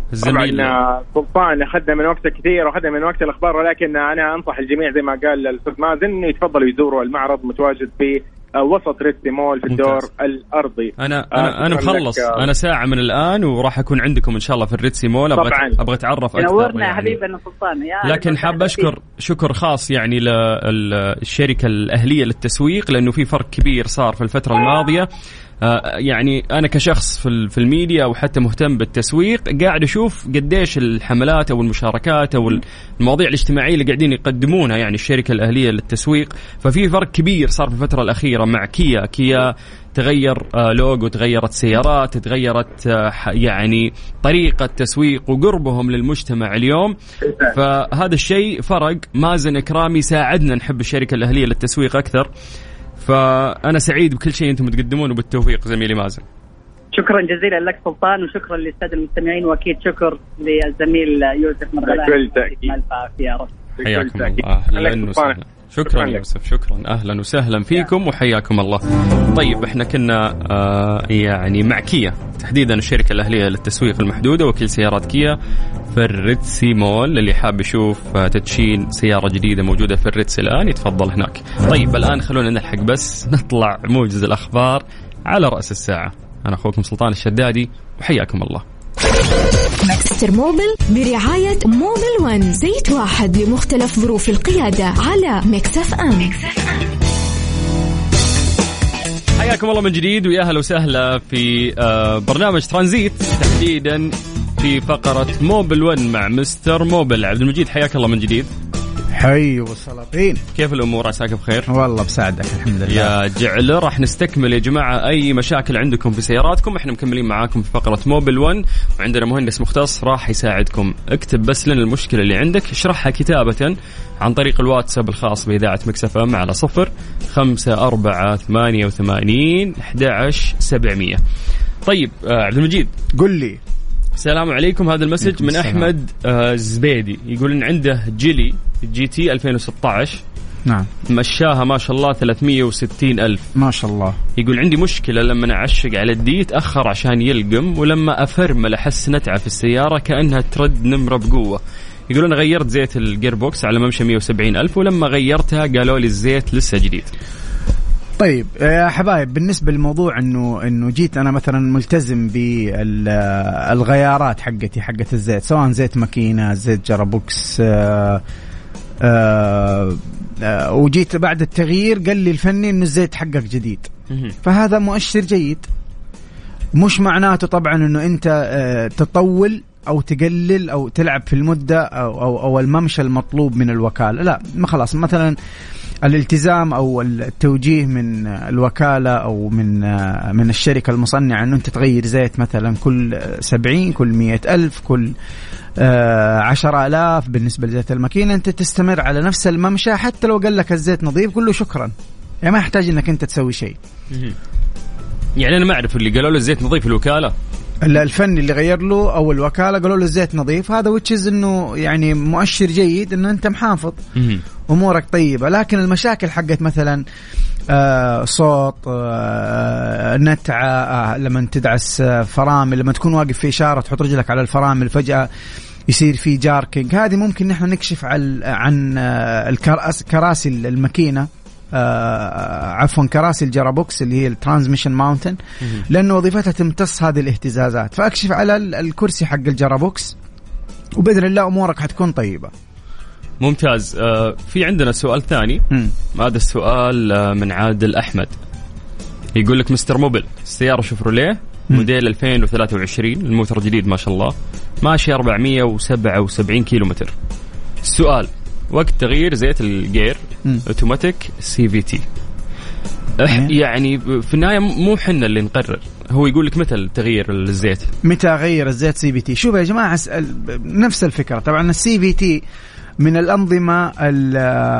طبعا سلطان أخذنا من وقت كثير وأخذنا من وقت الأخبار، ولكن أنا أنصح الجميع زي ما قال الأستاذ مازن يتفضلوا يزوروا المعرض متواجد في وسط ريتسي مول في الدور ممتاز. الأرضي. أنا أنا أنا مخلص لك. أنا ساعة من الآن وراح أكون عندكم إن شاء الله في الريتسي مول. أبغى أبغى أتعرف أكثر. نورنا يعني. حبيبنا سلطان. لكن حاب أشكر شكر خاص يعني للشركة الأهلية للتسويق، لأنه في فرق كبير صار في الفترة الماضية. يعني أنا كشخص في في الميديا وحتى مهتم بالتسويق قاعد أشوف قديش الحملات أو المشاركات أو المواضيع الاجتماعية اللي قاعدين يقدمونها يعني الشركة الأهلية للتسويق. ففي فرق كبير صار في الفترة الأخيرة مع كيا. كيا تغير لوجو، تغيرت سيارات، تغيرت يعني طريقة تسويق وقربهم للمجتمع اليوم. فهذا الشيء فرق. مازن إكرامي ساعدنا نحب الشركة الأهلية للتسويق أكثر. فأنا سعيد بكل شيء أنتم تقدمونه وبالتوفيق زميلي مازن. شكرا جزيلا لك سلطان، وشكرا للسادة المستمعين، وأكيد شكر للزميل يوسف مرغلان. بكل تأكيد. حياكم الله. أهلا وسهلا. شكرا يوسف، شكرا، أهلا وسهلا فيكم وحياكم الله. طيب احنا كنا آه يعني مع كيا تحديدا الشركة الأهلية للتسويق المحدودة وكيل سيارات كيا في الريتسي مول. اللي حاب يشوف آه تدشين سيارة جديدة موجودة في الريتسي الآن يتفضل هناك. طيب الآن خلونا نلحق بس نطلع موجز الأخبار على رأس الساعة. أنا أخوكم سلطان الشدادي وحياكم الله. ماكستر موبل برعاية موبل ون، زيت واحد لمختلف ظروف القيادة على ميكس اف ام. حياكم الله من جديد ويا أهلا وسهلا في برنامج ترانزيت، تحديدا في فقرة موبل ون مع مستر موبل. عبد المجيد حياك الله من جديد. حي والسلاطين، كيف الأمور؟ عساك بخير؟ والله بساعدك الحمد لله يا جعل. راح نستكمل يا جماعة أي مشاكل عندكم في سياراتكم. احنا مكملين معاكم في فقرة موبل ون، وعندنا مهندس مختص راح يساعدكم. اكتب بس لنا المشكلة اللي عندك، اشرحها كتابة عن طريق الواتساب الخاص بإذاعة ميكس اف ام على صفر خمسة أربعة ثمانية وثمانين أحد عشر سبعمية. طيب عبد المجيد قل لي. السلام عليكم. هذا المسج من السلام. أحمد زبيدي يقول إن عنده جيلي جي تي ألفين وستة عشر. نعم. مشاها ما شاء الله ثلاثمية وستين ألف ما شاء الله. يقول عندي مشكلة لما أعشق على الدي تأخر عشان يلقم، ولما أفرمل أحس نتعة في السيارة كأنها ترد نمرة بقوة. يقول أنا غيرت زيت الجير بوكس على ممشى مية وسبعين ألف، ولما غيرتها قالوا لي الزيت لسه جديد. طيب يا حبايب، بالنسبة للموضوع إنه إنه جيت أنا مثلا ملتزم بالغيارات حقتي حقت الزيت، سواء زيت ماكينة، زيت جرابوكس، آآ آآ آآ وجيت بعد التغيير قال لي الفني إنه الزيت حقك جديد، فهذا مؤشر جيد. مش معناته طبعا إنه أنت تطول أو تقلل أو تلعب في المدة أو أو, أو الممشى المطلوب من الوكالة، لا، ما خلاص. مثلا الالتزام أو التوجيه من الوكالة أو من من الشركة المصنعة إنه أنت تغير زيت مثلا كل سبعين، كل مئة ألف، كل عشرة آلاف. بالنسبة لزيت الماكينة أنت تستمر على نفس الممشى حتى لو قال لك الزيت نظيف كله شكرا، يعني ما يحتاج إنك أنت تسوي شيء. يعني أنا ما أعرف اللي قالوا له الزيت نظيف الوكالة، الفني اللي غير له أو الوكالة قالوا له الزيت نظيف، هذا وتشز إنه يعني مؤشر جيد إنه أنت محافظ أمورك طيبة. لكن المشاكل حقت مثلا آه صوت، آه نتعة، آه لما تدعس آه فرامل، لما تكون واقف في إشارة تحط رجلك على الفرامل فجأة يصير في جاركينج، هذه ممكن نحن نكشف عن عن آه الكراسي الماكينة، آه عفوا كراسي الجرابوكس اللي هي الترانسميشن ماونتن، لأنه وظيفتها تمتص هذه الاهتزازات. فأكشف على الكرسي حق الجرابوكس وبإذن الله أمورك حتكون طيبة. ممتاز. آه في عندنا سؤال ثاني. هذا السؤال آه من عادل أحمد، يقول لك مستر موبل، السيارة شفروليه موديل ألفين وثلاثة وعشرين، الموتور جديد ما شاء الله، ماشي أربعمية وسبعة وسبعين كيلو متر. السؤال وقت تغيير زيت الجير اوتوماتيك سي في تي، يعني في النهاية مو حنا اللي نقرر، هو يقول لك متى تغيير الزيت، متى أغير الزيت سي في تي. شوف يا جماعة، نفس الفكرة طبعا. السي في تي من الأنظمة ال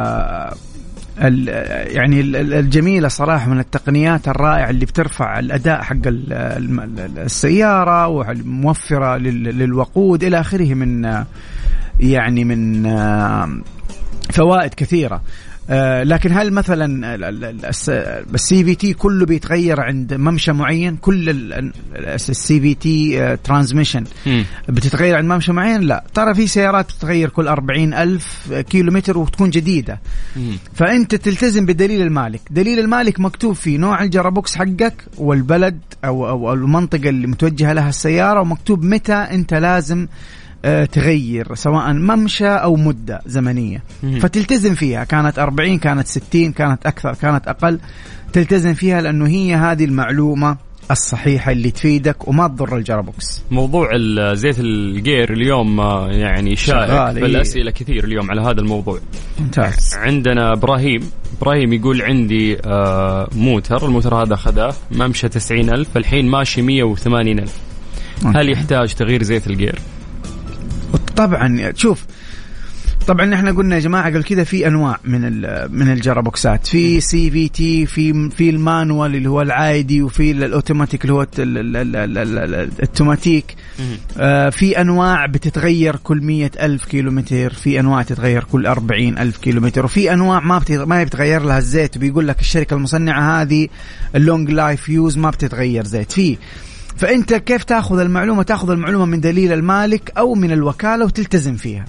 ال يعني الجميلة صراحة، من التقنيات الرائعة اللي بترفع الأداء حق السيارة وموفرة للوقود إلى آخره، من يعني من فوائد كثيرة. آه لكن هل مثلا السي في تي كله بيتغير عند ممشى معين؟ كل السي في تي ترانسميشن بتتغير عند ممشى معين؟ لا، ترى في سيارات بتتغير كل أربعين ألف كيلومتر وتكون جديدة. مم. فأنت تلتزم بدليل المالك. دليل المالك مكتوب فيه نوع الجرابوكس حقك والبلد أو, أو المنطقة اللي متوجهة لها السيارة، ومكتوب متى أنت لازم تغير، سواء ممشى أو مدة زمنية. مم. فتلتزم فيها، كانت أربعين، كانت ستين، كانت أكثر، كانت أقل، تلتزم فيها، لأنه هي هذه المعلومة الصحيحة اللي تفيدك وما تضر الجرابوكس. موضوع زيت الجير اليوم يعني شائع بالأسئلة كثير اليوم على هذا الموضوع. ممتاز. عندنا إبراهيم إبراهيم يقول عندي موتر، الموتر هذا خذاه ممشى تسعين ألف، الحين ماشي مية وثمانين ألف. هل يحتاج تغيير زيت الجير؟ طبعا. شوف، طبعا احنا قلنا يا جماعه قبل كذا في انواع من من الجرابوكسات، في سي في تي، في في المانوال اللي هو العادي، وفي الاوتوماتيك اللي هو التوماتيك. آه في انواع بتتغير كل مية ألف كيلومتر، في انواع تتغير كل أربعين ألف كيلومتر، وفي انواع ما ما بتتغير لها الزيت، وبيقول لك الشركه المصنعه هذه اللونج لايف يوز ما بتتغير زيت فيه. فأنت كيف تأخذ المعلومة؟ تأخذ المعلومة من دليل المالك أو من الوكالة وتلتزم فيها.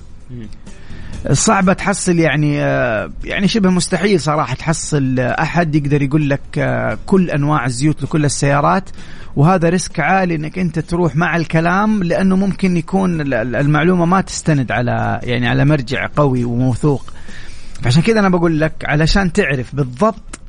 صعبة تحصل، يعني يعني شبه مستحيل صراحة تحصل أحد يقدر يقول لك كل أنواع الزيوت لكل السيارات، وهذا ريسك عالي إنك أنت تروح مع الكلام، لأنه ممكن يكون المعلومة ما تستند على يعني على مرجع قوي وموثوق. فعشان كذا أنا بقول لك علشان تعرف بالضبط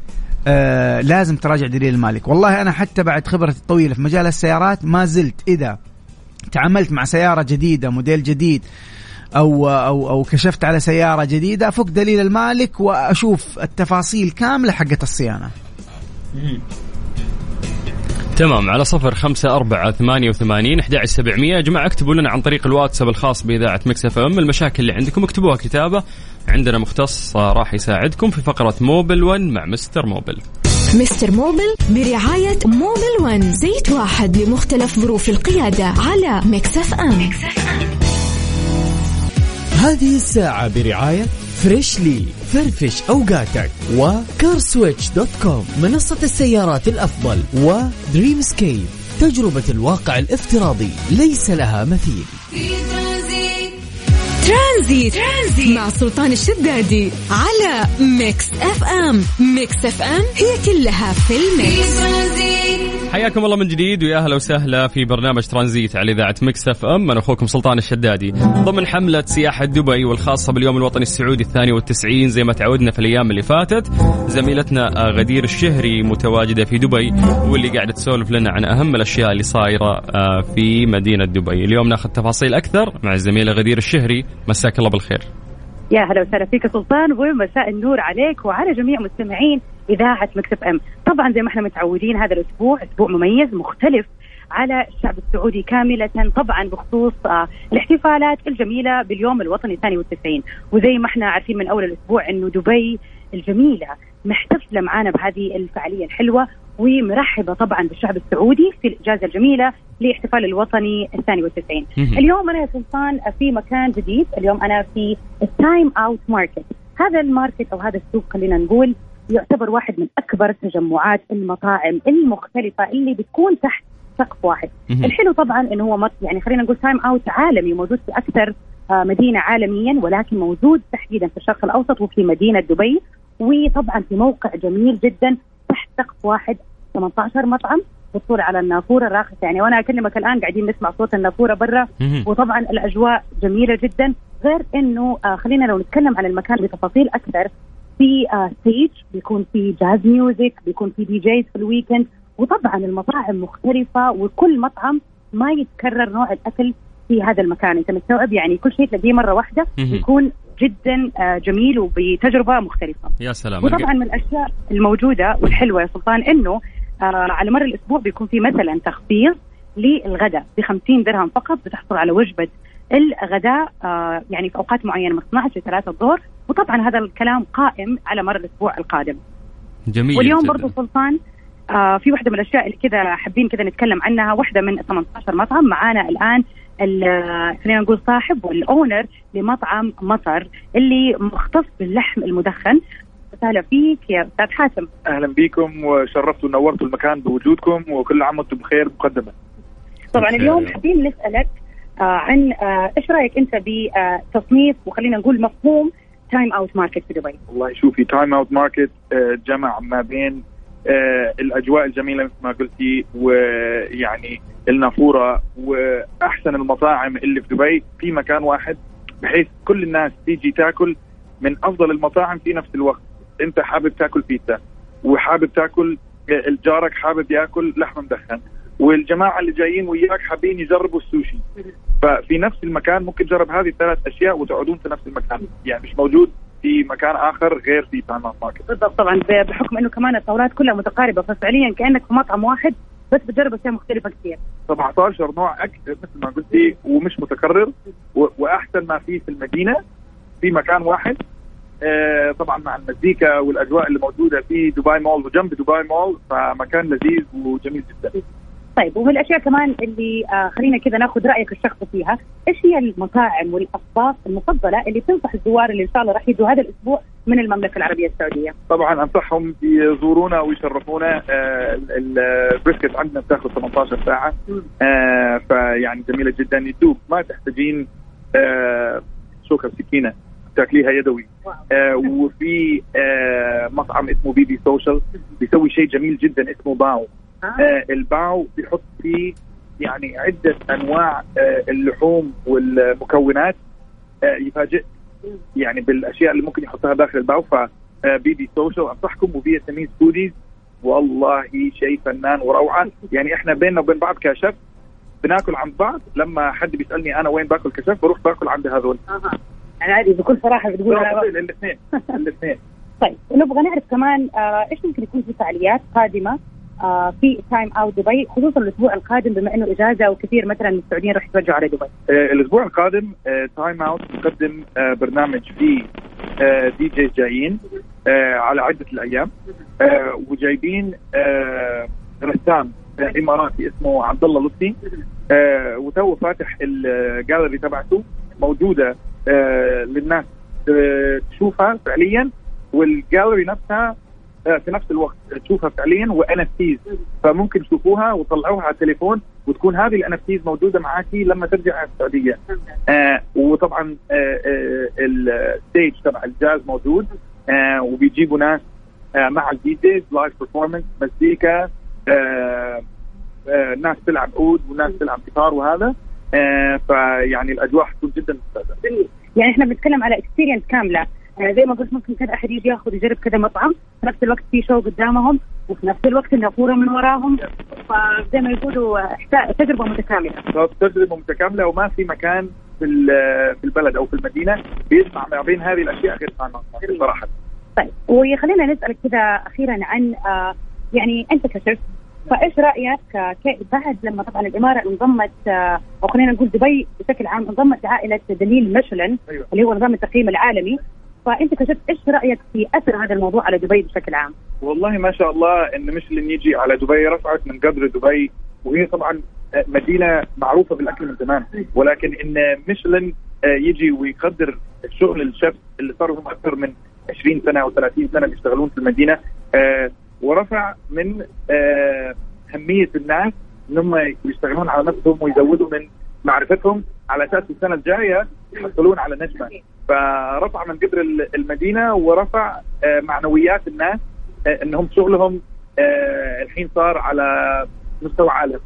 آه لازم تراجع دليل المالك. والله أنا حتى بعد خبرتي الطويلة في مجال السيارات ما زلت إذا تعاملت مع سيارة جديدة موديل جديد أو, أو, أو كشفت على سيارة جديدة أفك دليل المالك وأشوف التفاصيل كاملة حقة الصيانة. تمام. على صفر خمسة أربعة ثمانية وثمانين أحد عشر سبعمية يا جماعة اكتبوا لنا عن طريق الواتساب الخاص بإذاعة ميكس اف ام المشاكل اللي عندكم، اكتبوها كتابة، عندنا مختص راح يساعدكم في فقرة موبل ون مع مستر موبل. مستر موبل برعاية موبل ون، زيت واحد لمختلف ظروف القيادة على ميكس اف ام. هذه الساعة برعاية فريشلي، فرفش أوقاتك، وكارسويتش دوت كوم منصة السيارات الأفضل، ودريمسكيب تجربة الواقع الافتراضي ليس لها مثيل. ترانزيت. ترانزيت مع سلطان الشدادي على ميكس اف ام. ميكس اف ام هي كلها في الميكس. حياكم الله من جديد ويا أهلا وسهلا في برنامج ترانزيت على إذاعة ميكس اف ام. أنا أخوكم سلطان الشدادي ضمن حملة سياحة دبي والخاصة باليوم الوطني السعودي الثاني والتسعين زي ما تعودنا في الأيام اللي فاتت. زميلتنا غدير الشهري متواجدة في دبي واللي قاعدة تسولف لنا عن أهم الأشياء اللي صايرة في مدينة دبي. اليوم ناخذ تفاصيل أكثر مع الزميلة غدير الشهري. مساك الله بالخير. يا هلا وسهلا فيك سلطان، ومساء النور عليك وعلى جميع مستمعين إذاعة ميكس اف ام. طبعا زي ما احنا متعودين هذا الأسبوع أسبوع مميز مختلف على الشعب السعودي كاملة، طبعا بخصوص آه الاحتفالات الجميلة باليوم الوطني الثاني والتسعين. وزي ما احنا عارفين من أول الأسبوع إنه دبي الجميلة محتفلة معانا بهذه الفعالية الحلوة ومرحبة طبعا بالشعب السعودي في الإجازة الجميلة لاحتفال الوطني الثاني والتسعين. اليوم أنا يا سلطان في مكان جديد، اليوم أنا في التايم أوت ماركت. هذا الماركت أو هذا السوق خلينا نقول يعتبر واحد من أكبر تجمعات المطاعم المختلفة اللي بتكون تحت سقف واحد. الحلو طبعا إنه هو مط... يعني خلينا نقول تايم أوت عالمي موجود في أكثر مدينة عالميا، ولكن موجود تحديدا في الشرق الأوسط وفي مدينة دبي، وطبعا في موقع جميل جدا تحت سقف واحد، ثمانية عشر مطعم بالطول على النافورة الراقصة. يعني وأنا أكلمك الآن قاعدين نسمع صوت النافورة برا، وطبعا الأجواء جميلة جدا. غير إنه آه خلينا لو نتكلم عن المكان بتفاصيل أكثر، في آه ستيج بيكون في جاز ميوزك، بيكون في دي جيز في الويكند، وطبعا المطاعم مختلفة وكل مطعم ما يتكرر نوع الأكل في هذا المكان. أنت مستوعب يعني كل شيء تلاقيه مرة واحدة يكون جدا آه جميل وبتجربة مختلفة. يا سلام. وطبعا من الأشياء الموجودة والحلوة يا سلطان إنه آه على مر الأسبوع بيكون في مثلا تخفيض للغداء بخمسين درهم فقط، بتحصل على وجبة الغداء آه يعني في أوقات معينة من اثني عشر لثلاثة الظهر، وطبعا هذا الكلام قائم على مر الأسبوع القادم. جميل. واليوم برضو سلطان آه في واحدة من الأشياء اللي كذا حابين كذا نتكلم عنها، واحدة من ثمانية عشر مطعم معانا الآن خلينا نقول صاحب والأونر لمطعم مطر اللي مختص باللحم المدخن. أهلا فيك يا أستاذ حاتم. أهلا بكم وشرفتوا ونورتوا المكان بوجودكم وكل عام وانتم بخير مقدما. طبعا اليوم حابين نسألك آه عن آه إيش رأيك أنت بتصنيف وخلينا نقول مفهوم تايم أوت ماركت في دبي؟ والله شوفي تايم أوت ماركت جمع ما بين آه الأجواء الجميلة مثل ما قلتي ويعني النافورة وأحسن المطاعم اللي في دبي في مكان واحد، بحيث كل الناس تيجي تاكل من أفضل المطاعم في نفس الوقت. أنت حابب تاكل بيتزا وحابب تاكل، الجارك حابب ياكل لحم مدخن، والجماعة اللي جايين وياك حابين يجربوا السوشي، ففي نفس المكان ممكن تجرب هذه الثلاث أشياء وتقعدون في نفس المكان، يعني مش موجود في مكان آخر غير في تايم أوت ماركت. بالضبط، طبعا بحكم إنه كمان الطاولات كلها متقاربة، ففعليا كأنك في مطعم واحد بس بتجرب أشياء مختلفة كثير. سبعة عشر نوع أكل مثل ما قلتي ومش متكرر، وأحسن ما فيه في المدينة في مكان واحد. آه طبعا مع المزيكا والأجواء اللي موجودة في دبي مول وجنب دبي مول، فمكان لذيذ وجميل جدا. طيب ومن الأشياء كمان اللي آه خلينا كذا ناخذ رأيك الشخصي فيها، إيش هي المطاعم والأصناف المفضلة اللي تنصح الزوار اللي إن شاء الله راح يجوا هذا الأسبوع من المملكة العربية السعودية؟ طبعا أنصحهم يزورونا ويشرفونا. آه البريسكت عندنا بتاخذ ثمانية عشر ساعة، آه فيعني جميلة جدا، يدوب ما تحتاجين آه شوكة وسكينة تاكليها يدوي. آه وفي آه مطعم اسمه بي بي سوشيال بيسوي شيء جميل جدا اسمه باو. آه الباو بيحط فيه يعني عدة أنواع آه اللحوم والمكونات، آه يفاجئ يعني بالأشياء اللي ممكن يحطها داخل الباو. فبي بي سوشيال أنصحكم، وفيتناميز فوديز والله شيء فنان وروعة. يعني إحنا بيننا وبين بعض كشف بناكل عند بعض، لما حد بيسألني أنا وين باكل كشف بروح باكل عند هذول. أها أنا عادي بكل صراحة بتقول الاثنين الاثنين. طيب نبغى نعرف كمان آه إيش ممكن يكون في فعاليات قادمة آه في تايم أوت دبي، خصوصا الأسبوع القادم بما إنه إجازة وكثير مثلا من السعوديين راح يتوجهوا على دبي. آه الأسبوع القادم آه تايم أوت نقدم آه برنامج فيه آه دي جي جايين آه على عدة الأيام، آه وجايبين آه رسام آه إماراتي اسمه عبد الله لطفي، آه وتو فاتح الجاليري تبعته موجودة آه للناس آه تشوفها فعليا، والجاليري نفسها آه في نفس الوقت تشوفها فعليا وان اف تيز، فممكن تشوفوها وتطلعوها على التليفون وتكون هذه الان اف تيز موجوده معاكي لما ترجع على السعوديه. آه وطبعا آه آه الستيج تبع الجاز موجود، آه وبيجيبوا ناس آه مع الدي جيز لايف برفورمانس مزيكا، آه آه ناس تلعب عود وناس تلعب جيتار وهذا. آه فيعني الأجواء حتكون جدا ممتازة. يعني إحنا بنتكلم على إكسبيرينس كاملة، آه زي ما قلت ممكن كذا أحد يجي ياخذ يجرب كذا مطعم في نفس الوقت في شو قدامهم وفي نفس الوقت النافورة من وراهم، فزي ما يقولوا تجربة متكاملة. تجربة متكاملة وما في مكان في في البلد أو في المدينة بيجمع ما بين هذه الأشياء غير صراحة. طيب وخلينا نسألك كذا أخيرا عن آه يعني أنت كشف، فإيش رأيك بعد لما طبعا الإمارة انضمت أو خلينا نقول دبي بشكل عام انضمت لعائلة دليل ميشلان؟ أيوة. اللي هو نظام التقييم العالمي، فأنت كشفت إيش رأيك في أثر هذا الموضوع على دبي بشكل عام؟ والله ما شاء الله إن ميشلان يجي على دبي رفعت من قدر دبي، وهي طبعا مدينة معروفة بالأكل من زمان، ولكن إن ميشلان يجي ويقدر الشغل الشيف اللي صار لهم أكثر من عشرين سنة أو ثلاثين سنة بيشتغلون في المدينة، ورفع من أهمية الناس إنهم يشتغلون على نفسهم ويزودوا من معرفتهم على أساس السنة الجاية يحصلون على نجمة. فرفع من قدر المدينة ورفع معنويات الناس إنهم شغلهم الحين صار على مستوى عالم.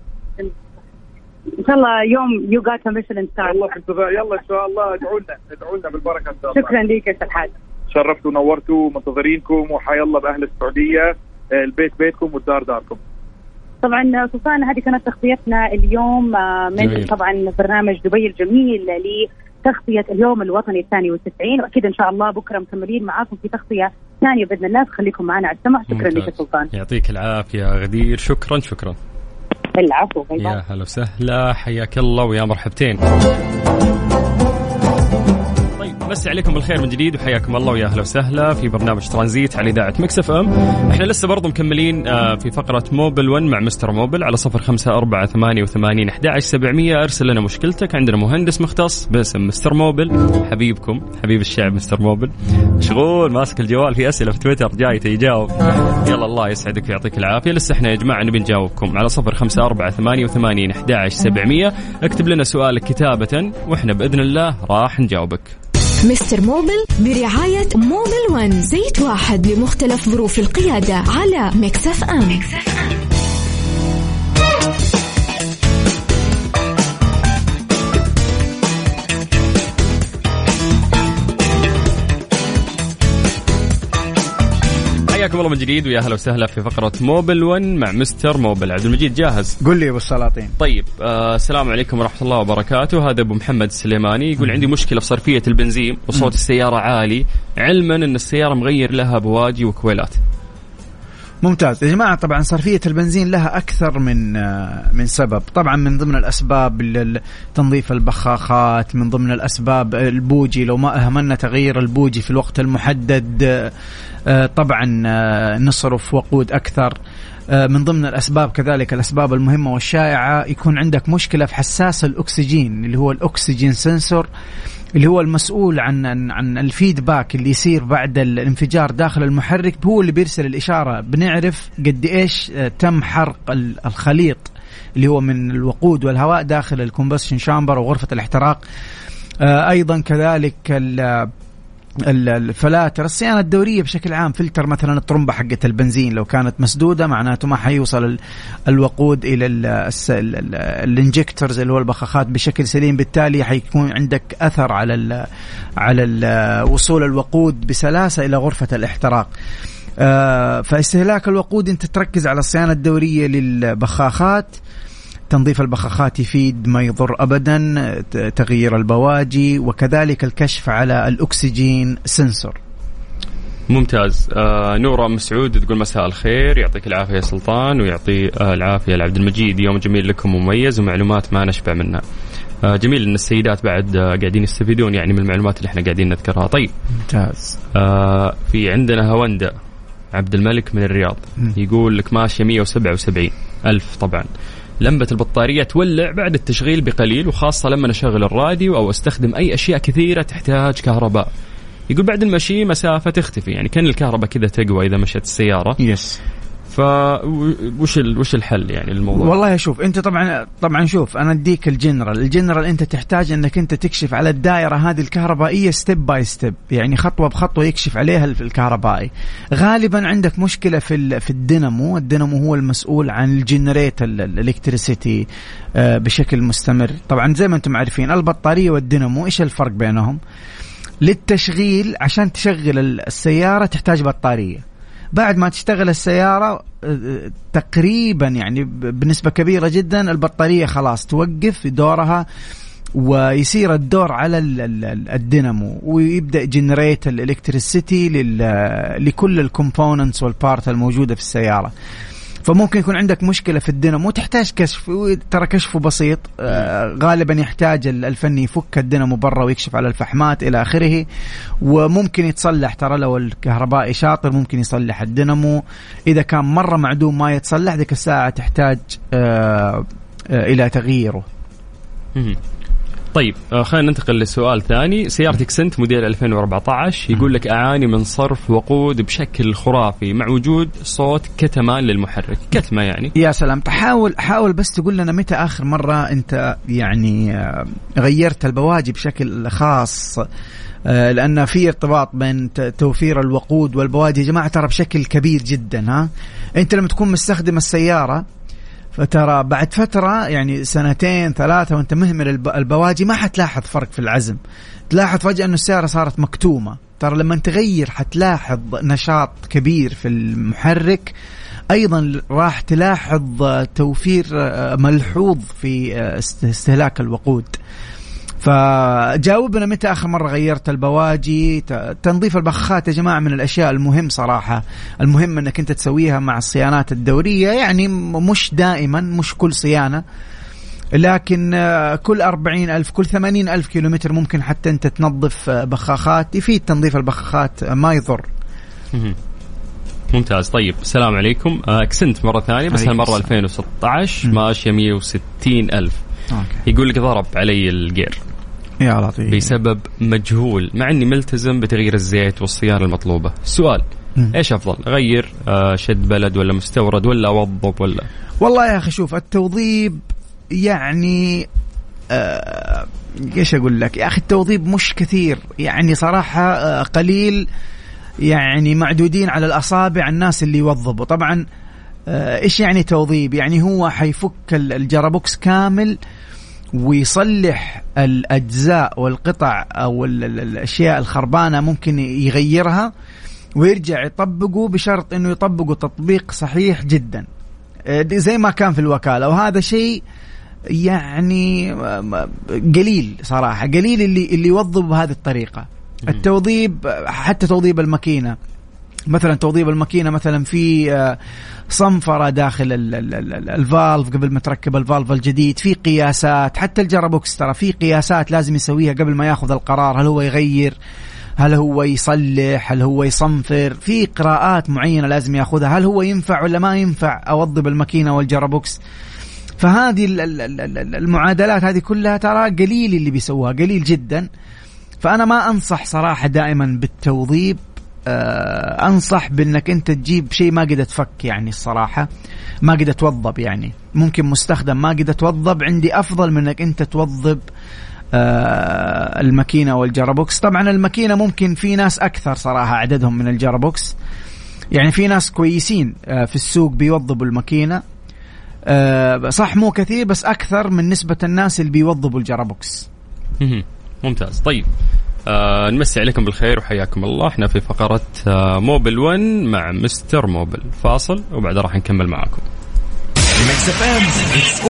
إن شاء الله يوم يو جات ميشلان ستار. الله في انتظار، يلا إن شاء الله ادعوا لنا ادعوا لنا بالبركة إن شاء الله. شكرا لك يا أستاذ حاتم. شرفتوا ونورتوا، منتظرينكم وحيا الله بأهل السعودية، البيت بيتكم والدار داركم. طبعا سلطان هذه كانت تغطيتنا اليوم من جميل. طبعا برنامج دبي الجميل لتغطية اليوم الوطني الثاني والتسعين، وأكيد إن شاء الله بكرة مكملين معاكم في تغطية ثانية بإذن الله. خليكم معنا على السمع. شكرا لك سلطان. يعطيك العافية غدير. شكرا شكرا. العفو. يا هلا وسهلا، حياك الله ويا مرحبتين. مسي عليكم بالخير من جديد وحياكم الله ويا أهلا وسهلا في برنامج ترانزيت على إذاعة ميكس اف ام. احنا لسه برضو مكملين في فقرة موبل ون مع مستر موبل على صفر خمسة أربعة ثمانية وثمانين أحد عشر سبعمية. أرسل لنا مشكلتك. عندنا مهندس مختص باسم مستر موبل، حبيبكم حبيب الشعب مستر موبل، مشغول ماسك الجوال في أسئلة في تويتر جاي يجاوب. يلا الله يسعدك ويعطيك العافية. لسه احنا يا جماعة نبي نجاوبكم على صفر خمسة أربعة ثمانية وثمانين أحد عشر سبعمية. اكتب لنا سؤالك كتابة وإحنا بإذن الله راح نجاوبك. مستر موبل برعاية موبل ون، زيت واحد لمختلف ظروف القيادة على ميكس اف ام. حياكم الله من جديد ويا أهلا وسهلا في فقرة موبل ون مع مستر موبل. عبد المجيد جاهز؟ قل لي أبو السلاطين. طيب آه السلام عليكم ورحمة الله وبركاته. هذا أبو محمد السليماني يقول عندي مشكلة في صرفية البنزين وصوت السيارة عالي، علما أن السيارة مغير لها بواجي وكويلات. ممتاز يا جماعة. طبعا صرفية البنزين لها أكثر من من سبب. طبعا من ضمن الأسباب تنظيف البخاخات، من ضمن الأسباب البوجي لو ما أهملنا تغيير البوجي في الوقت المحدد، طبعا نصرف وقود أكثر. من ضمن الأسباب كذلك الأسباب المهمة والشائعة يكون عندك مشكلة في حساس الأكسجين اللي هو الأكسجين سنسور، اللي هو المسؤول عن عن الفيدباك اللي يصير بعد الانفجار داخل المحرك، هو اللي بيرسل الإشارة بنعرف قد إيش تم حرق الخليط اللي هو من الوقود والهواء داخل الكومبشن شامبر وغرفة الاحتراق. أيضا كذلك الفلاتر، الصيانة الدورية بشكل عام، فلتر مثلا الطرمبة حقة البنزين لو كانت مسدودة معناته ما حيوصل الوقود إلى الانجكتورز اللي هو البخاخات بشكل سليم، بالتالي حيكون عندك أثر على ال على ال وصول الوقود بسلاسة إلى غرفة الاحتراق. فاستهلاك الوقود أنت تركز على الصيانة الدورية للبخاخات، تنظيف البخاخات يفيد ما يضر أبدا، تغيير البواجي، وكذلك الكشف على الأكسجين سنسور. ممتاز. آه نورة مسعود تقول مساء الخير، يعطيك العافية يا سلطان ويعطي آه العافية لعبد المجيد، يوم جميل لكم ومميز ومعلومات ما نشبع منها. آه جميل أن السيدات بعد آه قاعدين يستفيدون يعني من المعلومات اللي احنا قاعدين نذكرها. طيب ممتاز. آه في عندنا هوندا عبد الملك من الرياض م. يقول لك ماشية مية وسبعة وسبعين ألف، طبعا لمبة البطارية تولع بعد التشغيل بقليل، وخاصة لما نشغل الراديو أو استخدم أي أشياء كثيرة تحتاج كهرباء. يقول بعد المشي مسافة تختفي، يعني كان الكهرباء كذا تقوى إذا مشت السيارة. يس. فوش وش الحل يعني الموضوع؟ والله شوف انت طبعا طبعا شوف انا اديك الجنرال الجنرال انت تحتاج انك انت تكشف على الدائره هذه الكهربائيه ستيب باي ستيب، يعني خطوه بخطوه يكشف عليها الكهربائي. غالبا عندك مشكله في في الدينامو، الدينامو هو المسؤول عن الجنريت الالكتريسيتي بشكل مستمر. طبعا زي ما انتم عارفين البطاريه والدينامو ايش الفرق بينهم؟ للتشغيل عشان تشغل السياره تحتاج بطاريه، بعد ما تشتغل السيارة تقريبا يعني بنسبة كبيرة جدا البطارية خلاص توقف دورها ويصير الدور على الدينامو ويبدأ جنريت الالكتريسيتي لكل الكومبوننتس والبارت الموجودة في السيارة. فممكن يكون عندك مشكلة في الدينامو تحتاج كشف، ترى كشفه بسيط. آه غالبا يحتاج الفني يفك الدينامو برا ويكشف على الفحمات إلى آخره، وممكن يتصلح. ترى لو الكهربائي شاطر ممكن يصلح الدينامو، إذا كان مرة معدوم ما يتصلح ذيك الساعة تحتاج آه آه إلى تغييره. طيب خلينا ننتقل لسؤال ثاني. سيارتك سنت موديل ألفين وأربعة عشر، يقول لك أعاني من صرف وقود بشكل خرافي مع وجود صوت كتمان للمحرك، كتمة يعني. يا سلام. تحاول حاول بس تقول لنا متى آخر مرة أنت يعني غيرت البواجي بشكل خاص، لأن في ارتباط بين توفير الوقود والبواجي يا جماعة ترى بشكل كبير جدا. ها أنت لما تكون مستخدم السيارة فترى بعد فترة يعني سنتين ثلاثة وانت مهمل البواجي ما حتلاحظ فرق في العزم، تلاحظ فجأة أنه السيارة صارت مكتومة. ترى لما تغير حتلاحظ نشاط كبير في المحرك، أيضا راح تلاحظ توفير ملحوظ في استهلاك الوقود. فجاوبنا متى آخر مرة غيرت البواجي. تنظيف البخاخات يا جماعة من الأشياء المهم صراحة، المهم أنك أنت تسويها مع الصيانات الدورية، يعني مش دائما مش كل صيانة لكن كل أربعين ألف كل ثمانين ألف كيلومتر ممكن حتى أنت تنظف بخاخات. يفيد تنظيف البخاخات ما يضر. ممتاز. طيب السلام عليكم. اكسنت مرة ثانية بس هالمرة ألفين وستة عشر ماشية مية وستين ألف. أوكي. يقول لك ضرب علي الجير يا لطيف بسبب مجهول مع أني ملتزم بتغيير الزيت والصيانة المطلوبة. السؤال م. إيش أفضل أغير شد بلد ولا مستورد ولا أوضب ولا؟ والله يا أخي شوف التوضيب يعني آه إيش أقول لك يا أخي التوضيب مش كثير يعني صراحة آه قليل يعني معدودين على الأصابع الناس اللي يوظبوا. طبعا آه إيش يعني توضيب؟ يعني هو حيفك الجرابوكس كامل ويصلح الأجزاء والقطع أو الأشياء الخربانة ممكن يغيرها ويرجع يطبقه بشرط أنه يطبقه تطبيق صحيح جدا زي ما كان في الوكالة. وهذا شيء يعني قليل صراحة قليل اللي اللي يوظب بهذه الطريقة. التوظيب حتى توظيب الماكينة مثلا توظيب الماكينة مثلا في صنفرة داخل الفالف قبل ما تركب الفالف الجديد في قياسات. حتى الجرابوكس ترى في قياسات لازم يسويها قبل ما ياخذ القرار هل هو يغير هل هو يصلح هل هو يصنفر. في قراءات معينة لازم ياخذها هل هو ينفع ولا ما ينفع أوظب الماكينة والجرابوكس. فهذه المعادلات هذه كلها ترى قليل اللي بيسووها قليل جدا. فأنا ما أنصح صراحة دائما بالتوظيب. آه أنصح بأنك أنت تجيب شيء ما قد تفك يعني الصراحة ما قد توظب يعني ممكن مستخدم ما قد توظب عندي أفضل من أنك أنت توظب آه الماكينة والجرابوكس. طبعا الماكينة ممكن في ناس أكثر صراحة عددهم من الجرابوكس يعني في ناس كويسين آه في السوق بيوظبوا الماكينة آه صح مو كثير بس أكثر من نسبة الناس اللي بيوظبوا الجرابوكس. ممتاز. طيب آه نمسي عليكم بالخير وحياكم الله. احنا في فقرة آه موبل ون مع مستر موبل. فاصل وبعد راح نكمل معاكم.